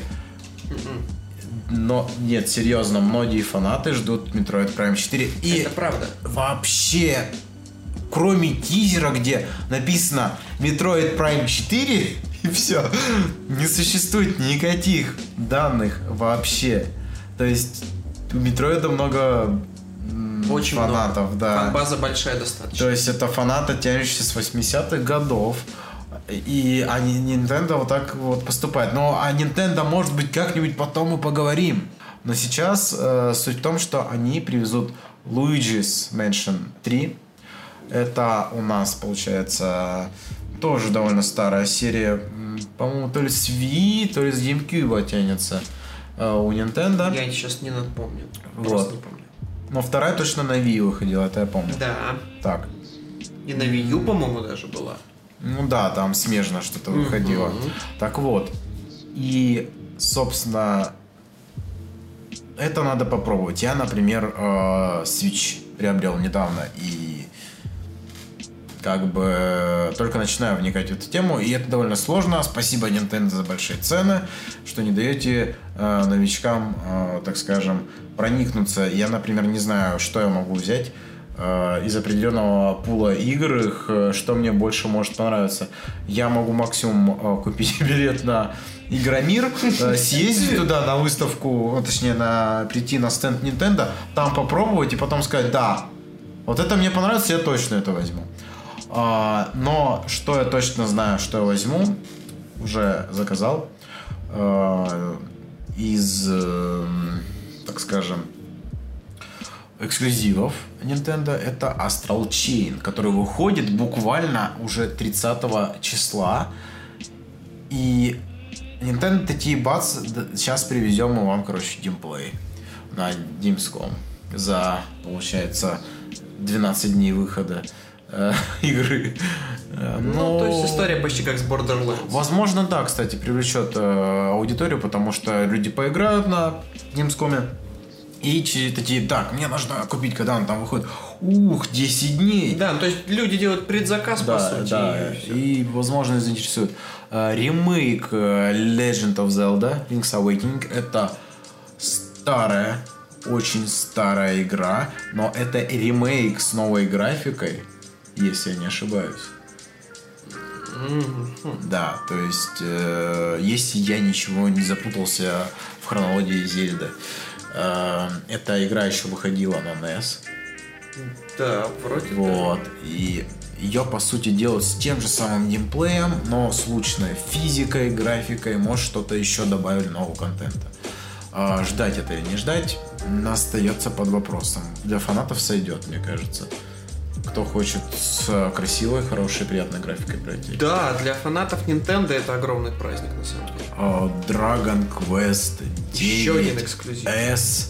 но нет, серьезно, многие фанаты ждут Metroid Prime четыре. И Это правда. вообще, кроме тизера, где написано Metroid Prime четыре, и все, не существует никаких данных вообще. То есть у Метроида много м, Очень фанатов, много. да. Фан-база большая достаточно. То есть это фанаты, тянущиеся с восьмидесятых годов. И они, Nintendo вот так вот поступает. Но о Nintendo, может быть, как-нибудь потом мы поговорим. Но сейчас э, суть в том, что они привезут Luigi's Mansion три. Это у нас, получается, тоже довольно старая серия. М, По-моему, то ли с Wii, то ли с GameCube тянется э, у Nintendo. Я сейчас не напомню. Вот. Просто не помню. Но вторая точно на Wii выходила, это я помню. Да. Так. И на Wii U, по-моему, даже была. Ну да, там смежно что-то выходило. Мгм. Так вот. И, собственно, это надо попробовать. Я, например, э, Switch приобрел недавно и как бы только начинаю вникать в эту тему, и это довольно сложно. Спасибо Nintendo за большие цены, что не даете э, новичкам, э, так скажем, проникнуться. Я, например, не знаю, что я могу взять э, из определенного пула игр, их, э, что мне больше может понравиться. Я могу максимум э, купить билет на Игромир, э, съездить туда на выставку, ну, точнее, на, прийти на стенд Nintendo, там попробовать и потом сказать, да, вот это мне понравится, я точно это возьму. Uh, но что я точно знаю, что я возьму, уже заказал uh, из, uh, так скажем, эксклюзивов Nintendo, это Astral Chain, который выходит буквально уже тридцатого числа. И Nintendo такие, бац, сейчас привезем мы вам, короче, геймплей на Gamescom за, получается, двенадцать дней выхода игры. Но... Ну, то есть история почти как с Borderlands. Возможно, да, кстати, привлечет э, аудиторию, потому что люди поиграют на Gamescom и такие, так, мне нужно купить, когда он там выходит. Ух, десять дней. Да, то есть люди делают предзаказ, да, по сути. Да, и, и возможно, заинтересует. Э, ремейк Legend of Zelda Link's Awakening — это старая, очень старая игра, но это ремейк с новой графикой, если я не ошибаюсь. Mm-hmm. Да, то есть, э, если я ничего не запутался в хронологии Зельды, э, эта игра еще выходила на эн и эс. Да, вроде вот, да. И ее, по сути, делают с тем же самым геймплеем, но с улучшенной физикой, графикой, может, что-то еще добавили нового контента. Э, ждать это или не ждать, остается под вопросом. Для фанатов сойдет, мне кажется. Кто хочет с красивой, хорошей, приятной графикой пройти. Да, для фанатов Nintendo это огромный праздник, на самом деле. Uh, Dragon Quest девять. Еще один эксклюзив. S.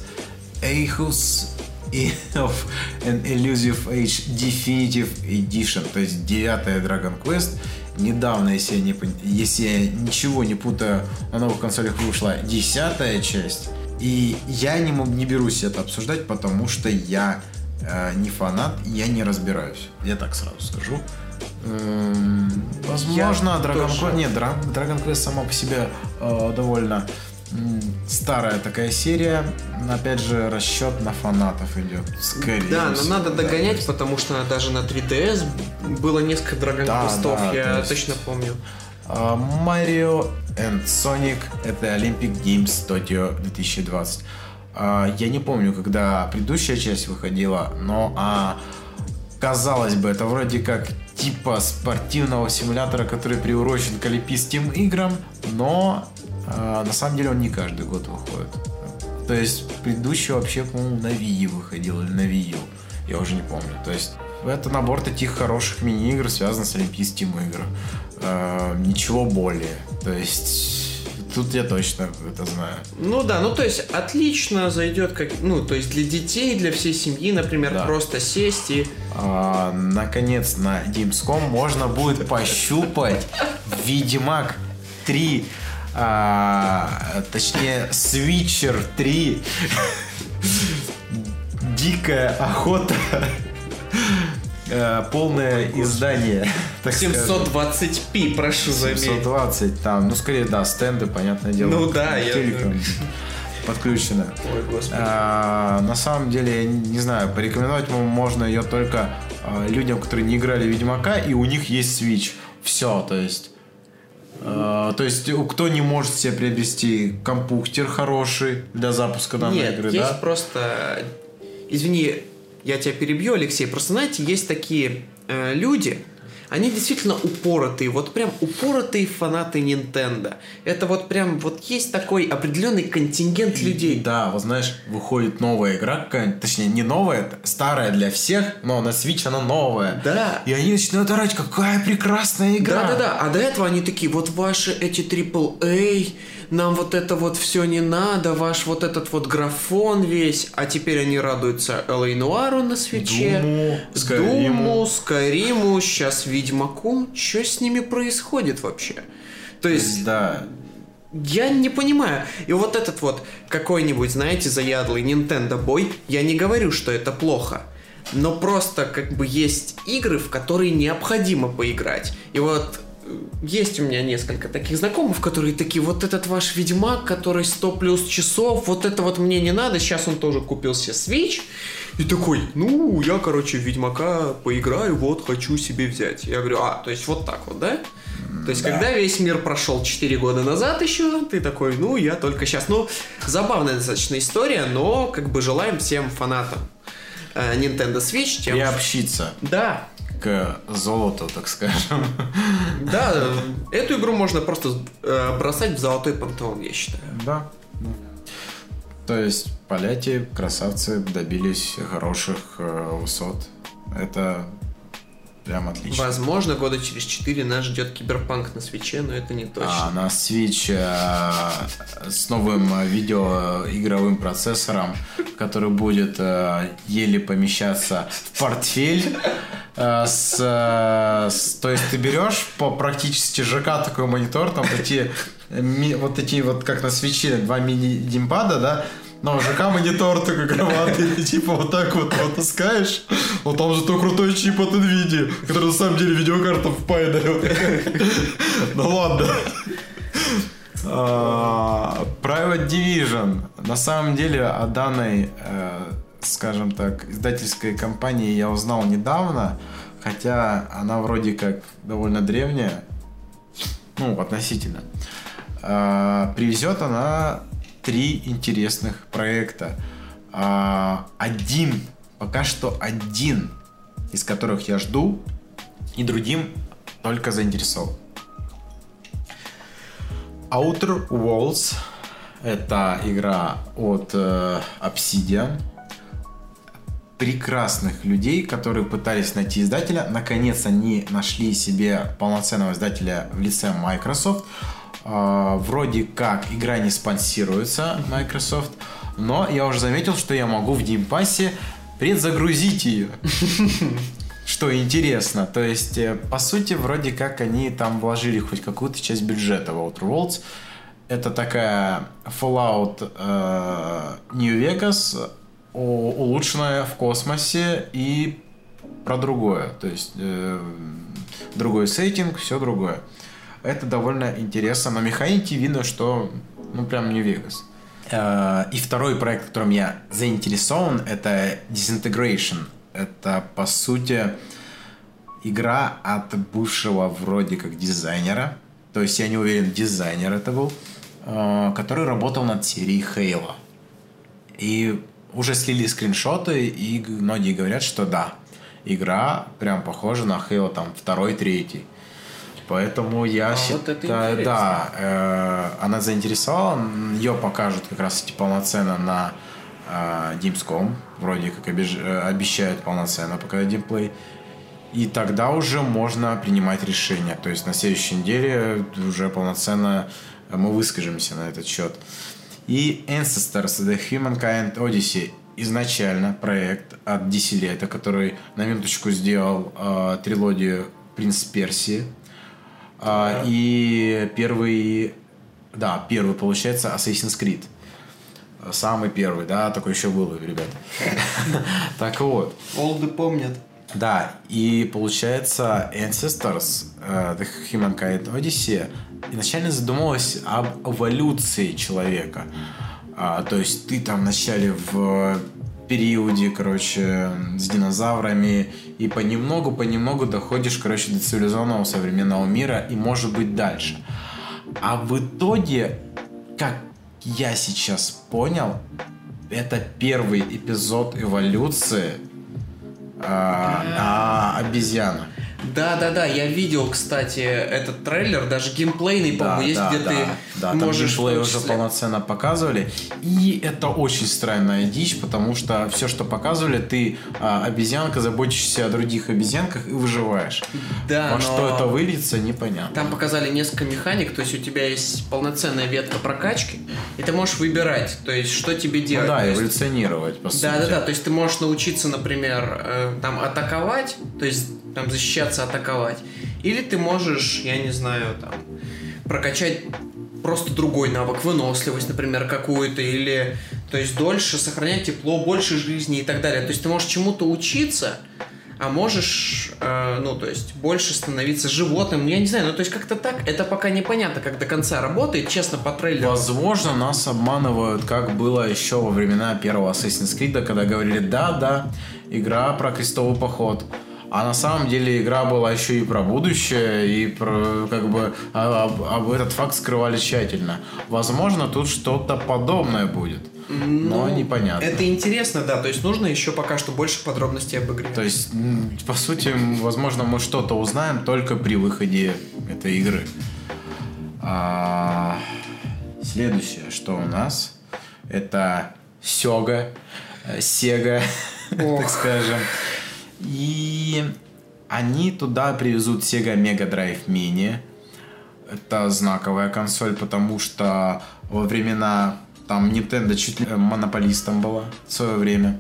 Aegus of an Elusive Age Definitive Edition. То есть девятая Dragon Quest. Недавно, если я, не, если я ничего не путаю, на новых консолях вышла десятая часть. И я не, не берусь это обсуждать, потому что я не фанат, я не разбираюсь. Я так сразу скажу. М-м, возможно, Dragon Quest... Нет, Dragon Quest сама по себе э, довольно м, старая такая серия. Опять же, расчет на фанатов идет. Скорее да, но всего, надо да, догонять, есть... потому что даже на три ди эс было несколько Dragon да, Quest'ов, да, я есть... точно помню. Марио and Sonic — это Olympic Games Tokyo две тысячи двадцать. Я не помню, когда предыдущая часть выходила, но а, казалось бы, это вроде как типа спортивного симулятора, который приурочен к олимпийским играм, но а, на самом деле он не каждый год выходит. То есть предыдущий вообще, по-моему, на Wii выходил или на Wii U, я уже не помню. То есть это набор таких хороших мини-игр, связанных с олимпийским играм. А, ничего более. То есть... Тут я точно это знаю. Ну да, ну то есть отлично зайдет, как, ну то есть для детей, для всей семьи, например, да. Просто сесть и... А, наконец на Gamescom можно будет пощупать Ведьмак три, а, точнее Switcher три, Дикая охота. Полное издание. семьсот двадцать пи, прошу заметить. семьсот двадцать там, ну скорее, да, стенды, понятное дело. Ну да, я... подключено. Ой, господи. А, на самом деле, я не знаю, порекомендовать вам можно ее только а, людям, которые не играли в Ведьмака, и у них есть Switch. Все, то есть... Uh, то есть, кто не может себе приобрести компьютер хороший для запуска данной Нет, игры, есть да? просто... Извини, я тебя перебью, Алексей. Просто, знаете, есть такие э, люди, они действительно упоротые, вот прям упоротые фанаты Nintendo. Это вот прям, вот есть такой определенный контингент и, людей. Да, вот знаешь, выходит новая игра какая-нибудь, точнее, не новая, старая для всех, но на Switch она новая. Да. И они начинают орать, какая прекрасная игра. Да-да-да, а до этого они такие, вот ваши эти трипл эй, нам вот это вот все не надо, ваш вот этот вот графон весь, а теперь они радуются эл эй Нуару на свече, Думу, Скайриму, Думу, Скайриму, сейчас Ведьмаку. Что с ними происходит вообще? То есть... Да. Я не понимаю. И вот этот вот какой-нибудь, знаете, заядлый Nintendo Boy, я не говорю, что это плохо. Но просто как бы есть игры, в которые необходимо поиграть. И вот есть у меня несколько таких знакомых, которые такие: вот этот ваш Ведьмак, который сто плюс часов, вот это вот мне не надо. Сейчас он тоже купил себе Switch. И такой: ну, я, короче, в Ведьмака поиграю, вот, хочу себе взять. Я говорю: а, то есть вот так вот, да? То есть, да. Когда весь мир прошел четыре года назад еще, ты такой: ну, я только сейчас. Ну, забавная достаточно история, но как бы желаем всем фанатам э, Nintendo Switch тем... приобщиться. Да. К золоту, так скажем. Да, эту игру можно просто э, бросать в золотой пантеон, я считаю. Да. То есть поляки, красавцы, добились хороших э, высот. Это прям отлично. Возможно, года через четыре нас ждет Киберпанк на свитче, но это не точно. А на Switch э, с новым видеоигровым процессором, который будет э, еле помещаться в портфель. Э, с, э, с, то есть ты берешь по практически ЖК такой монитор, там такие ми, вот такие вот, как на свитче, два мини-димпада, да, но ЖК монитор такой громадный, ты типа вот так вот потаскаешь, но там же то крутой чип от NVIDIA, который на самом деле видеокарта впаянная. Ну ладно. Private Division. На самом деле о данной, скажем так, издательской компании я узнал недавно, хотя она вроде как довольно древняя, ну, относительно. Привезет она три интересных проекта. Один, пока что один, из которых я жду, и другим только заинтересован. Outer Worlds — это игра от э, Obsidian. Прекрасных людей, которые пытались найти издателя. Наконец они нашли себе полноценного издателя в лице Microsoft. Э, вроде как игра не спонсируется Microsoft, но я уже заметил, что я могу в Game Pass'е предзагрузить ее. Что интересно. То есть, по сути, вроде как они там вложили хоть какую-то часть бюджета в Outer Worlds. Это такая Fallout э, New Vegas, улучшенная в космосе и про другое. То есть, э, другой сеттинг, все другое. Это довольно интересно. На механике видно, что ну прям New Vegas. Э, и второй проект, в котором я заинтересован, это Disintegration. Это, по сути, игра от бывшего вроде как дизайнера. То есть я не уверен, дизайнер это был, который работал над серией Halo. И уже слили скриншоты, и многие говорят, что да, игра прям похожа на Halo там второй, третий. Поэтому я а считаю, вот да, э, она заинтересовала. Ее покажут как раз полноценно на Gamescom, вроде как обеж... обещают полноценно показать геймплей. И тогда уже можно принимать решение. То есть на следующей неделе уже полноценно мы выскажемся на этот счет. И Ancestors The Humankind Odyssey. Изначально проект от Disileta, который на минуточку сделал э, трилогию «Принц Персии». Э, и первый, да, первый, получается, Assassin's Creed. Самый первый, да, такой еще был, ребят. Так вот. Олды помнят. Да, и получается Ancestors, uh, The Humankind Odyssey изначально задумывалась об эволюции человека. Uh, то есть ты там вначале в периоде, короче, с динозаврами, и понемногу-понемногу доходишь, короче, до цивилизованного современного мира и, может быть, дальше. А в итоге, как я сейчас понял, это первый эпизод эволюции а, а, обезьяна. Да-да-да, я видел, кстати, этот трейлер, даже геймплейный, по-моему, да, есть, да, где да, ты да, можешь... Там геймплей уже полноценно показывали, и это очень странная дичь, потому что все, что показывали, ты а, обезьянка, заботишься о других обезьянках и выживаешь. Да, Во но... что это выльется, непонятно. Там показали несколько механик, то есть у тебя есть полноценная ветка прокачки, и ты можешь выбирать, то есть что тебе делать. Ну да, есть... эволюционировать, по сути. Да-да-да, то есть ты можешь научиться, например, э, там атаковать, то есть там защищаться, атаковать. Или ты можешь, я не знаю, там, прокачать просто другой навык, выносливость, например, какую-то, или, то есть, дольше сохранять тепло, больше жизни и так далее. То есть ты можешь чему-то учиться, а можешь, э, ну, то есть, больше становиться животным. Я не знаю, ну, то есть, как-то так. Это пока непонятно, как до конца работает, честно, по трейлеру. Возможно, нас обманывают, как было еще во времена первого Assassin's Creed, когда говорили, да-да, игра про крестовый поход. А на самом деле игра была еще и про будущее, и про, как бы, об, об этот факт скрывали тщательно. Возможно, тут что-то подобное будет. Но ну, непонятно. Это интересно, да. То есть нужно еще пока что больше подробностей об игре. То есть, по сути, возможно, мы что-то узнаем только при выходе этой игры. А... Следующее, что у нас, это Sega, Sega, так скажем. И они туда привезут Sega Mega Drive Mini. Это знаковая консоль, потому что во времена там Nintendo чуть ли монополистом была в свое время.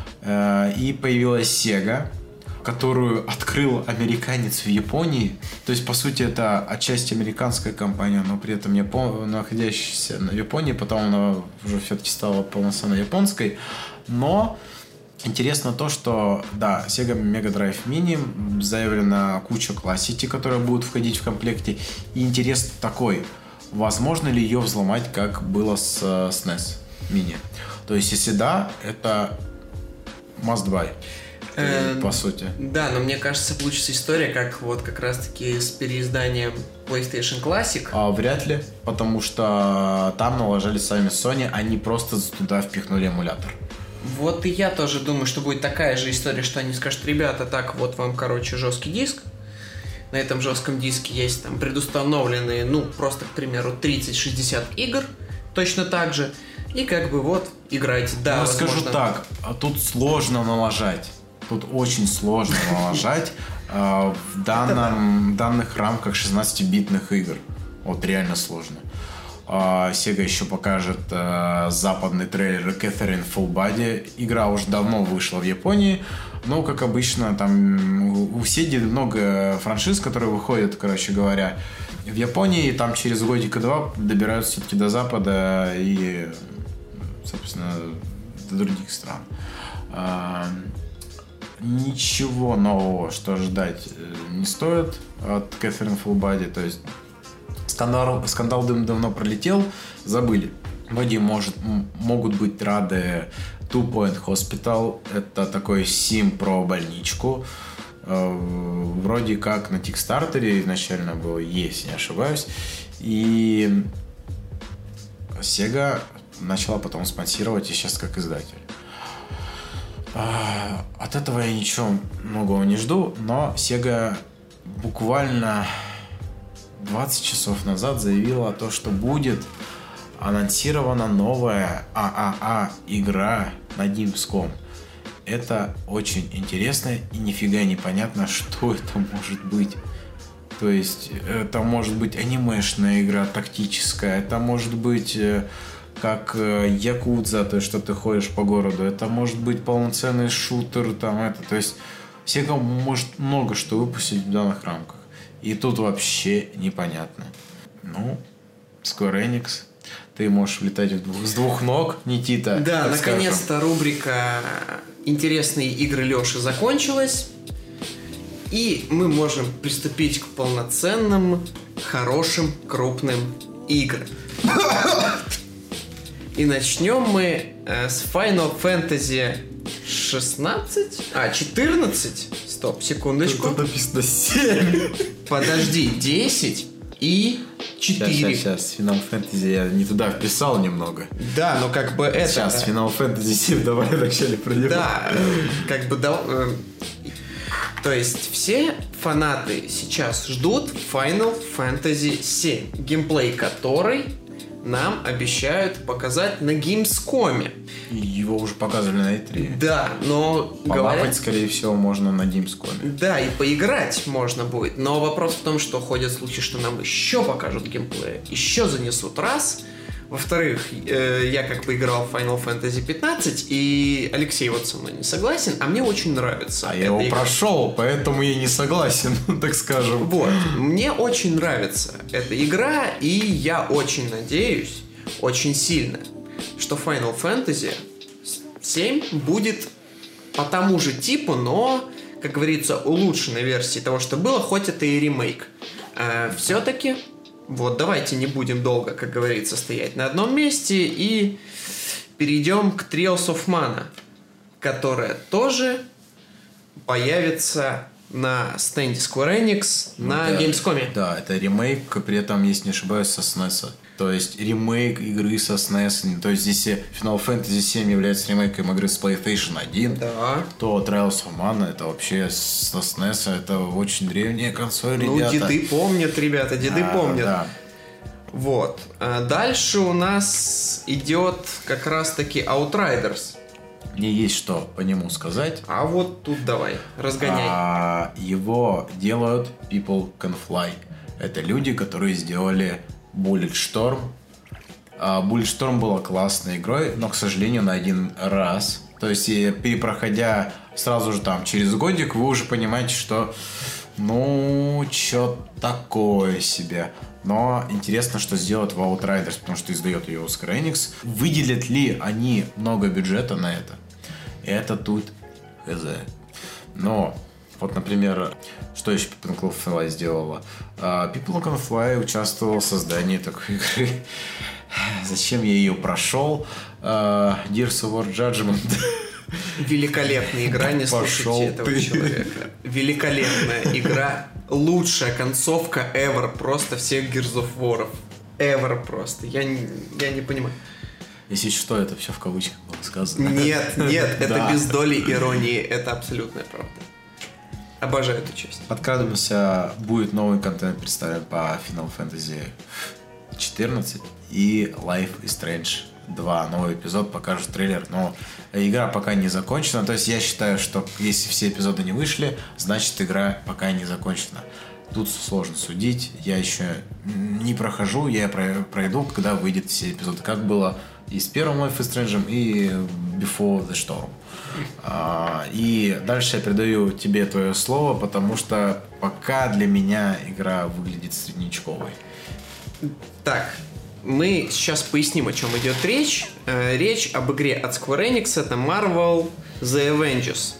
И появилась Sega, которую открыл американец в Японии. То есть, по сути, это отчасти американская компания, но при этом Япон... находящаяся в Японии. Потом она уже все-таки стала полноценной японской. Но интересно то, что, да, Sega Mega Drive Mini, заявлена куча классики, которая будет входить в комплекте. И интерес такой, возможно ли ее взломать, как было с, с эн и эс Mini. То есть, если да, это must buy, по сути. Да, но мне кажется, получится история, как вот как раз-таки с переизданием PlayStation Classic. А, вряд ли, потому что там налажали сами Sony, они просто туда впихнули эмулятор. Вот и я тоже думаю, что будет такая же история, что они скажут, ребята, так, вот вам, короче, жесткий диск. На этом жестком диске есть там предустановленные, ну, просто, к примеру, тридцать-шестьдесят игр, точно так же. И как бы вот, играйте. Да, я возможно... скажу так, тут сложно налажать. Тут очень сложно налажать в данном, данных рамках шестнадцатибитных игр. Вот реально сложно. Sega еще покажет э, западный трейлер Catherine Full Body. Игра уже давно вышла в Японии. Но, как обычно, там у Sega много франшиз, которые выходят, короче говоря, в Японии. И там через годика-два добираются все-таки до Запада и, собственно, до других стран. Э, ничего нового, что ждать, не стоит от Catherine Full Body. То есть Скандал, скандал давно пролетел, забыли. Многие может, могут быть рады Two Point Hospital. Это такой сим про больничку. Вроде как на Kickstarter изначально было, если не ошибаюсь. И Sega начала потом спонсировать и сейчас как издатель. От этого я ничего многого не жду, но Sega буквально двадцать часов назад заявила о том, что будет анонсирована новая ААА игра на Gamescom. Это очень интересно и нифига не понятно, что это может быть. То есть это может быть анимешная игра, тактическая, это может быть как Якудза, то есть что ты ходишь по городу, это может быть полноценный шутер, там это, то есть Sega может много что выпустить в данных рамках. И тут вообще непонятно. Ну, Square Enix, ты можешь влетать в двух, с двух ног, Никита. Да, наконец-то скажем. Рубрика «Интересные игры Лёши» закончилась. И мы можем приступить к полноценным, хорошим, крупным играм. И начнем мы э, с Final Fantasy шестнадцать? А, четырнадцать? Стоп, секундочку. Тут написано семь. Подожди, десять и четыре. Сейчас, сейчас, Final Fantasy я не туда вписал немного. Да, но как бы это... Сейчас, Final Fantasy семь, давай вначале про него. Да, как бы... Да, э, то есть все фанаты сейчас ждут Final Fantasy семь, геймплей которой нам обещают показать на Gamescom. Его уже показывали на и три. Да, но Полапать, говорят... скорее всего, можно на Gamescom. Да, и поиграть можно будет. Но вопрос в том, что ходят слухи, что нам еще покажут геймплей, еще занесут раз. Во-вторых, э, я как бы играл в Final Fantasy пятнадцать, и Алексей вот со мной не согласен, а мне очень нравится. А я его игра. прошел, поэтому я не согласен, так скажем. Вот, мне очень нравится эта игра, и я очень надеюсь, очень сильно, что Final Fantasy семь будет по тому же типу, но, как говорится, улучшенной версии того, что было, хоть это и ремейк. А, все-таки, вот, давайте не будем долго, как говорится, стоять на одном месте и перейдем к Trials of Mana, которая тоже появится на стенде Square Enix на да, Gamescom. Да, это ремейк, при этом, если не ошибаюсь, со снеса. То есть ремейк игры со снес. То есть если Final Fantasy семь является ремейком игры с PlayStation один, да. то Trials of Mana это вообще со снес. Это очень древняя консоль, ну, ребята. Ну, деды помнят, ребята, деды а, помнят. Да. Вот. А дальше у нас идет как раз-таки Outriders. Мне есть что по нему сказать. А вот тут давай, разгоняй. А, его делают People Can Fly. Это люди, которые сделали Bulletstorm. А, Bulletstorm была классной игрой, но, к сожалению, на один раз. То есть, перепроходя сразу же там через годик, вы уже понимаете, что ну, чё такое себе. Но интересно, что сделают в Outriders, потому что издает ее Square Enix. Выделят ли они много бюджета на это? Это тут хз. Но, вот, например, что еще People Can Fly сделала? People Can Fly участвовал в создании такой игры. Зачем я ее прошел? Gears of War Judgment. Великолепная игра, не слушайте этого ты. человека. Великолепная игра. Лучшая концовка ever просто всех Gears of War. Ever просто. Я не, я не понимаю. Если что, это все в кавычках было сказано. Нет, нет, это без доли иронии. Это абсолютная правда. Обожаю эту часть. Подкрадываемся, будет новый контент представлен по Final Fantasy четырнадцать и Life is Strange два. Новый эпизод, покажут трейлер, но игра пока не закончена. То есть я считаю, что если все эпизоды не вышли, значит игра пока не закончена. Тут сложно судить. Я еще не прохожу, я пройду, когда выйдет все эпизоды. Как было и с первым Life is Strange, и Before the Storm. А, и дальше я передаю тебе твое слово, потому что пока для меня игра выглядит среднячковой. Так, мы сейчас поясним, о чем идет речь. Э, речь об игре от Square Enix, это Marvel The Avengers.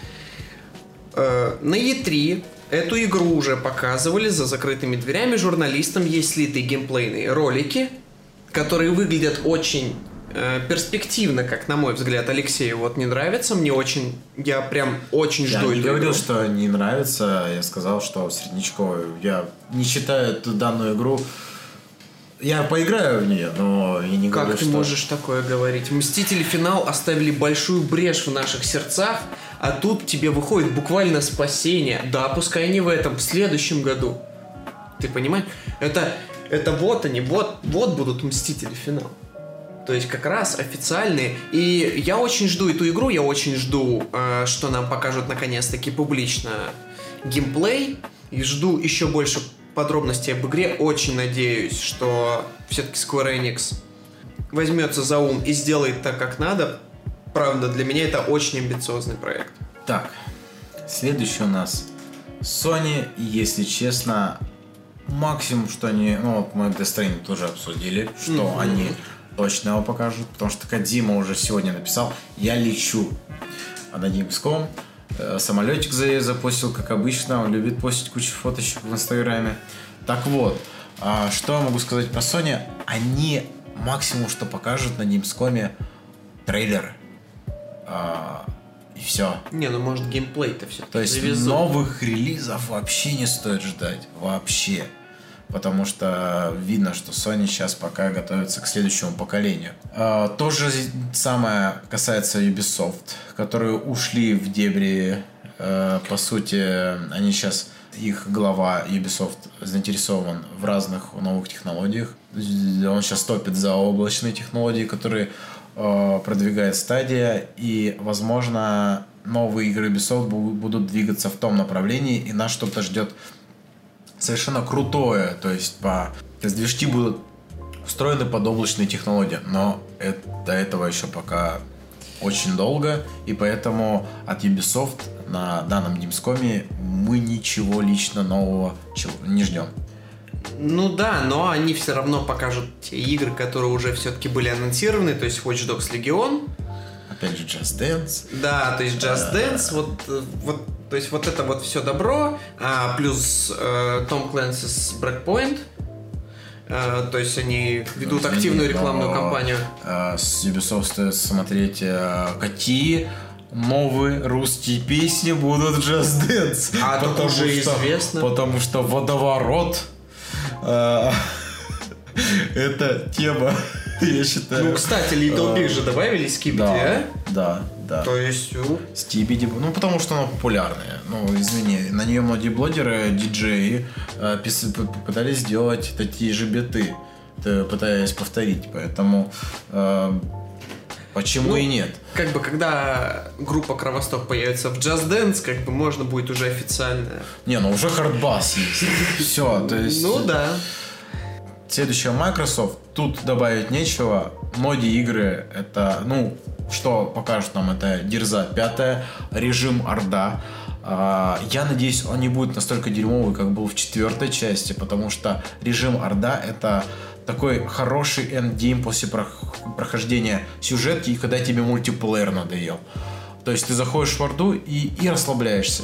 Э, на и три эту игру уже показывали за закрытыми дверями журналистам. Есть слитые геймплейные ролики, которые выглядят очень э, перспективно, как на мой взгляд. Алексею вот не нравится, мне очень, я прям очень я жду эту эту говорил, игру. что не нравится, я сказал, что среднячковая. Я не считаю эту данную игру. Я поиграю в нее, но я не говорю, Как ты что... можешь такое говорить? Мстители Финал оставили большую брешь в наших сердцах, а тут тебе выходит буквально спасение. Да, пускай не в этом, в следующем году. Ты понимаешь? Это, это вот они, вот, вот будут Мстители Финал. То есть как раз официальные. И я очень жду эту игру, я очень жду, э, что нам покажут наконец-таки публично геймплей. И жду еще больше подробностей об игре. Очень надеюсь, что все-таки Square Enix возьмется за ум и сделает так, как надо. Правда, для меня это очень амбициозный проект. Так, следующий у нас Sony, если честно, максимум, что они... Ну, вот мы Death Stranding тоже обсудили, что mm-hmm. они точно его покажут, потому что Кодзима уже сегодня написал: я лечу на Gamescom. Самолетик запустил, как обычно. Он любит постить кучу фоточек в Инстаграме. Так вот, что я могу сказать про Sony? Они максимум, что покажут на Gamescom, трейлеры. И все. Не, ну может геймплей-то все. То есть завезут. Новых релизов вообще не стоит ждать. Вообще. Потому что видно, что Sony сейчас пока готовится к следующему поколению. А, то же самое касается Ubisoft, которые ушли в дебри. А, по сути, они сейчас, их глава Ubisoft заинтересован в разных новых технологиях. Он сейчас топит за облачные технологии, которые а, продвигает Stadia. И, возможно, новые игры Ubisoft будут двигаться в том направлении, и нас что-то ждет совершенно крутое, то есть по то есть движки будут встроены под облачные технологии, но это, до этого еще пока очень долго, и поэтому от Ubisoft на данном Gamescom мы ничего лично нового не ждем. Ну да, но они все равно покажут те игры, которые уже все-таки были анонсированы, то есть Watch Dogs Legion. Опять же Just Dance. Да, то есть Just Dance, вот, вот, то есть вот это вот все добро, а, плюс э, Tom Clancy's Breakpoint. Uh, то есть они ведут ну, активную рекламную но, кампанию. Uh, с Ubisoft стоит смотреть, uh, какие новые русские песни будут в Just Dance. А это уже что, известно. Потому что водоворот uh, это тема, я считаю. Ну, кстати, Little Big uh, же добавили Skibidi, да, а? Да, да. То есть... Skibidi, ну, потому что она популярная. Ну, извини, на нее многие блогеры, диджеи э, пытались сделать такие же биты, пытаясь повторить, поэтому э, почему ну, и нет? Как бы, когда группа Кровосток появится в Just Dance, как бы можно будет уже официально... Не, ну уже хардбас есть. Все, то есть... Ну, да. Следующая Microsoft, тут добавить нечего. Многие игры, это, ну, что покажут нам, это Дирза пятая, режим Орда. Я надеюсь, он не будет настолько дерьмовый, как был в четвертой части, потому что режим Орда это такой хороший эндгейм после прохождения сюжетки, и когда тебе мультиплеер надоел. То есть ты заходишь в Орду и, и расслабляешься.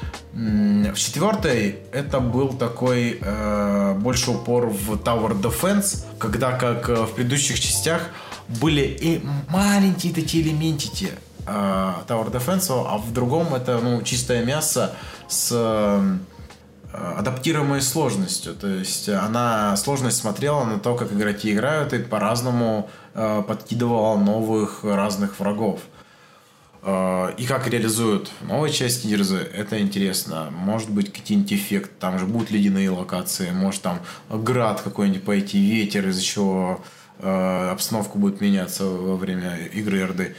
В четвертой это был такой э, больше упор в Tower Defense, когда, как в предыдущих частях, были и маленькие такие элементики э, Tower Defense, а в другом это ну, чистое мясо с э, адаптируемой сложностью. То есть она сложность смотрела на то, как игроки играют, и по-разному э, подкидывала новых разных врагов. И как реализуют новые части Дирзы, это интересно. Может быть, какие-нибудь эффекты, там же будут ледяные локации, может там град какой-нибудь пойти, ветер, из-за чего э, обстановка будет меняться во время игры Орды.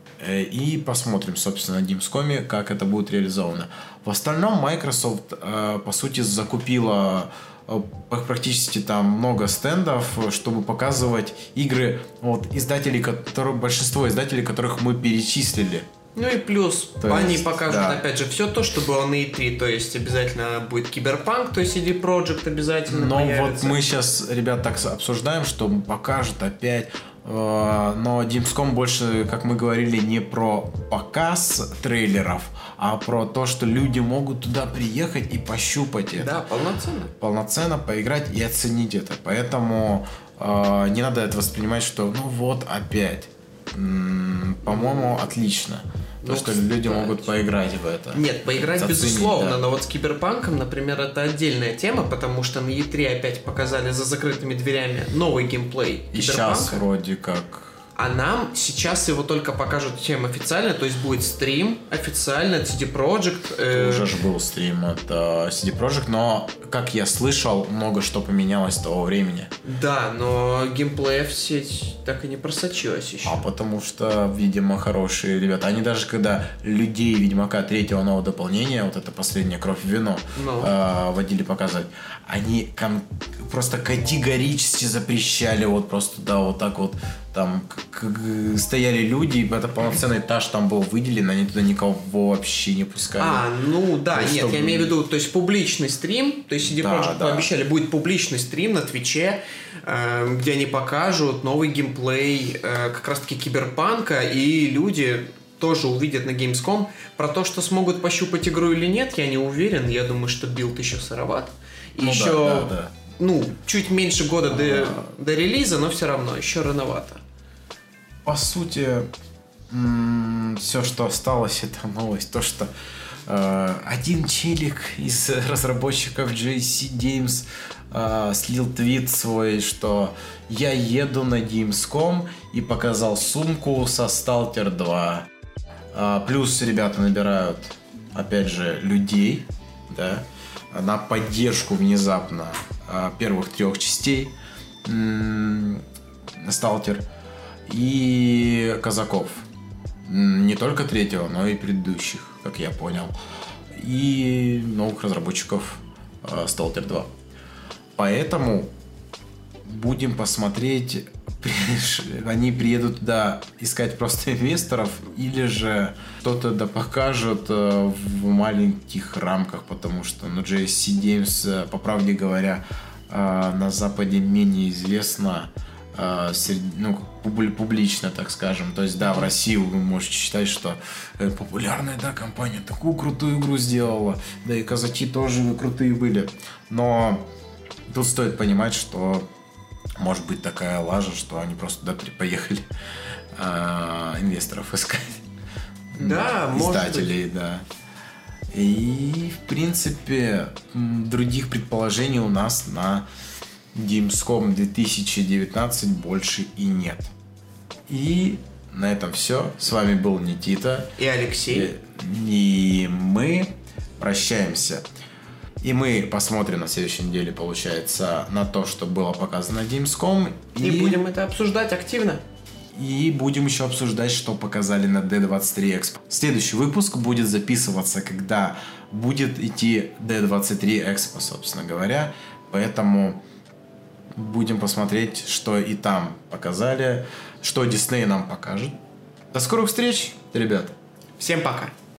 И посмотрим, собственно, на Gamescom, как это будет реализовано. В остальном Microsoft, э, по сути, закупила практически там много стендов, чтобы показывать игры от издателей, которые, большинство издателей, которых мы перечислили. Ну и плюс, то они есть, покажут, да. опять же, все то, что было на и три, то есть обязательно будет Киберпанк, то есть си ди Projekt обязательно Но появится. вот мы сейчас, ребят, так обсуждаем, что покажут опять, но Gamescom больше, как мы говорили, не про показ трейлеров, а про то, что люди могут туда приехать и пощупать это. Да, полноценно. Полноценно поиграть и оценить это. Поэтому э, не надо это воспринимать, что ну вот опять. М-м, по-моему, отлично. То, ну, что кстати, люди могут поиграть в это. Нет, поиграть заценить, безусловно, да. Но вот с Киберпанком, например, это отдельная тема, потому что на и три опять показали за закрытыми дверями новый геймплей и сейчас вроде как... А нам сейчас его только покажут всем официально, то есть будет стрим официально от си ди Projekt. Э... Уже же был стрим от uh, си ди Projekt, но, как я слышал, много что поменялось с того времени. Да, но геймплея в сеть так и не просочилось еще. А потому что, видимо, хорошие ребята. Они даже когда людей Ведьмака третьего нового дополнения, вот это последняя кровь в вино, no. э, водили показывать, они кон- просто категорически запрещали вот просто, да, вот так вот там к- стояли люди, это полноценный этаж там был выделен, они туда никого вообще не пускали. А, ну да, то, нет, чтобы... я имею в виду, то есть публичный стрим, то есть си ди Projekt да, пообещали, да. Будет публичный стрим на Твиче, э, где они покажут новый геймплей э, как раз-таки Киберпанка, и люди тоже увидят на Gamescom. Про то, что смогут пощупать игру или нет, я не уверен, я думаю, что билд еще сыроват. И ну, еще, да, да, да. ну, чуть меньше года а... до, до релиза, но все равно, еще рановато. По сути, м- все, что осталось, это новость. То, что э, один челик из разработчиков джей си Games э, слил твит свой, что я еду на Gamescom, и показал сумку со Сталкер два. Э, плюс ребята набирают, опять же, людей, да, на поддержку внезапно э, первых трех частей м- Сталкер. И казаков. Не только третьего, но и предыдущих, как я понял. И новых разработчиков э, Stalker два. Поэтому будем посмотреть, они приедут туда искать просто инвесторов, или же кто-то да покажет в маленьких рамках, потому что ну, джей эс си Games, по правде говоря, на Западе менее известна, ну, публично, так скажем. То есть, да, в России вы можете считать, что популярная, да, компания такую крутую игру сделала, да и казаки тоже крутые были. Но тут стоит понимать, что может быть такая лажа, что они просто туда поехали а, инвесторов искать. Да, да издателей, да. И, в принципе, других предположений у нас на Gamescom две тысячи девятнадцать больше и нет. И на этом все. С вами был Никита. И Алексей. И, и мы прощаемся. И мы посмотрим на следующей неделе, получается, на то, что было показано на Gamescom. И, и будем это обсуждать активно. И будем еще обсуждать, что показали на ди двадцать три Expo. Следующий выпуск будет записываться, когда будет идти ди двадцать три Expo, собственно говоря. Поэтому будем посмотреть, что и там показали, что Disney нам покажет. До скорых встреч, ребят. Всем пока.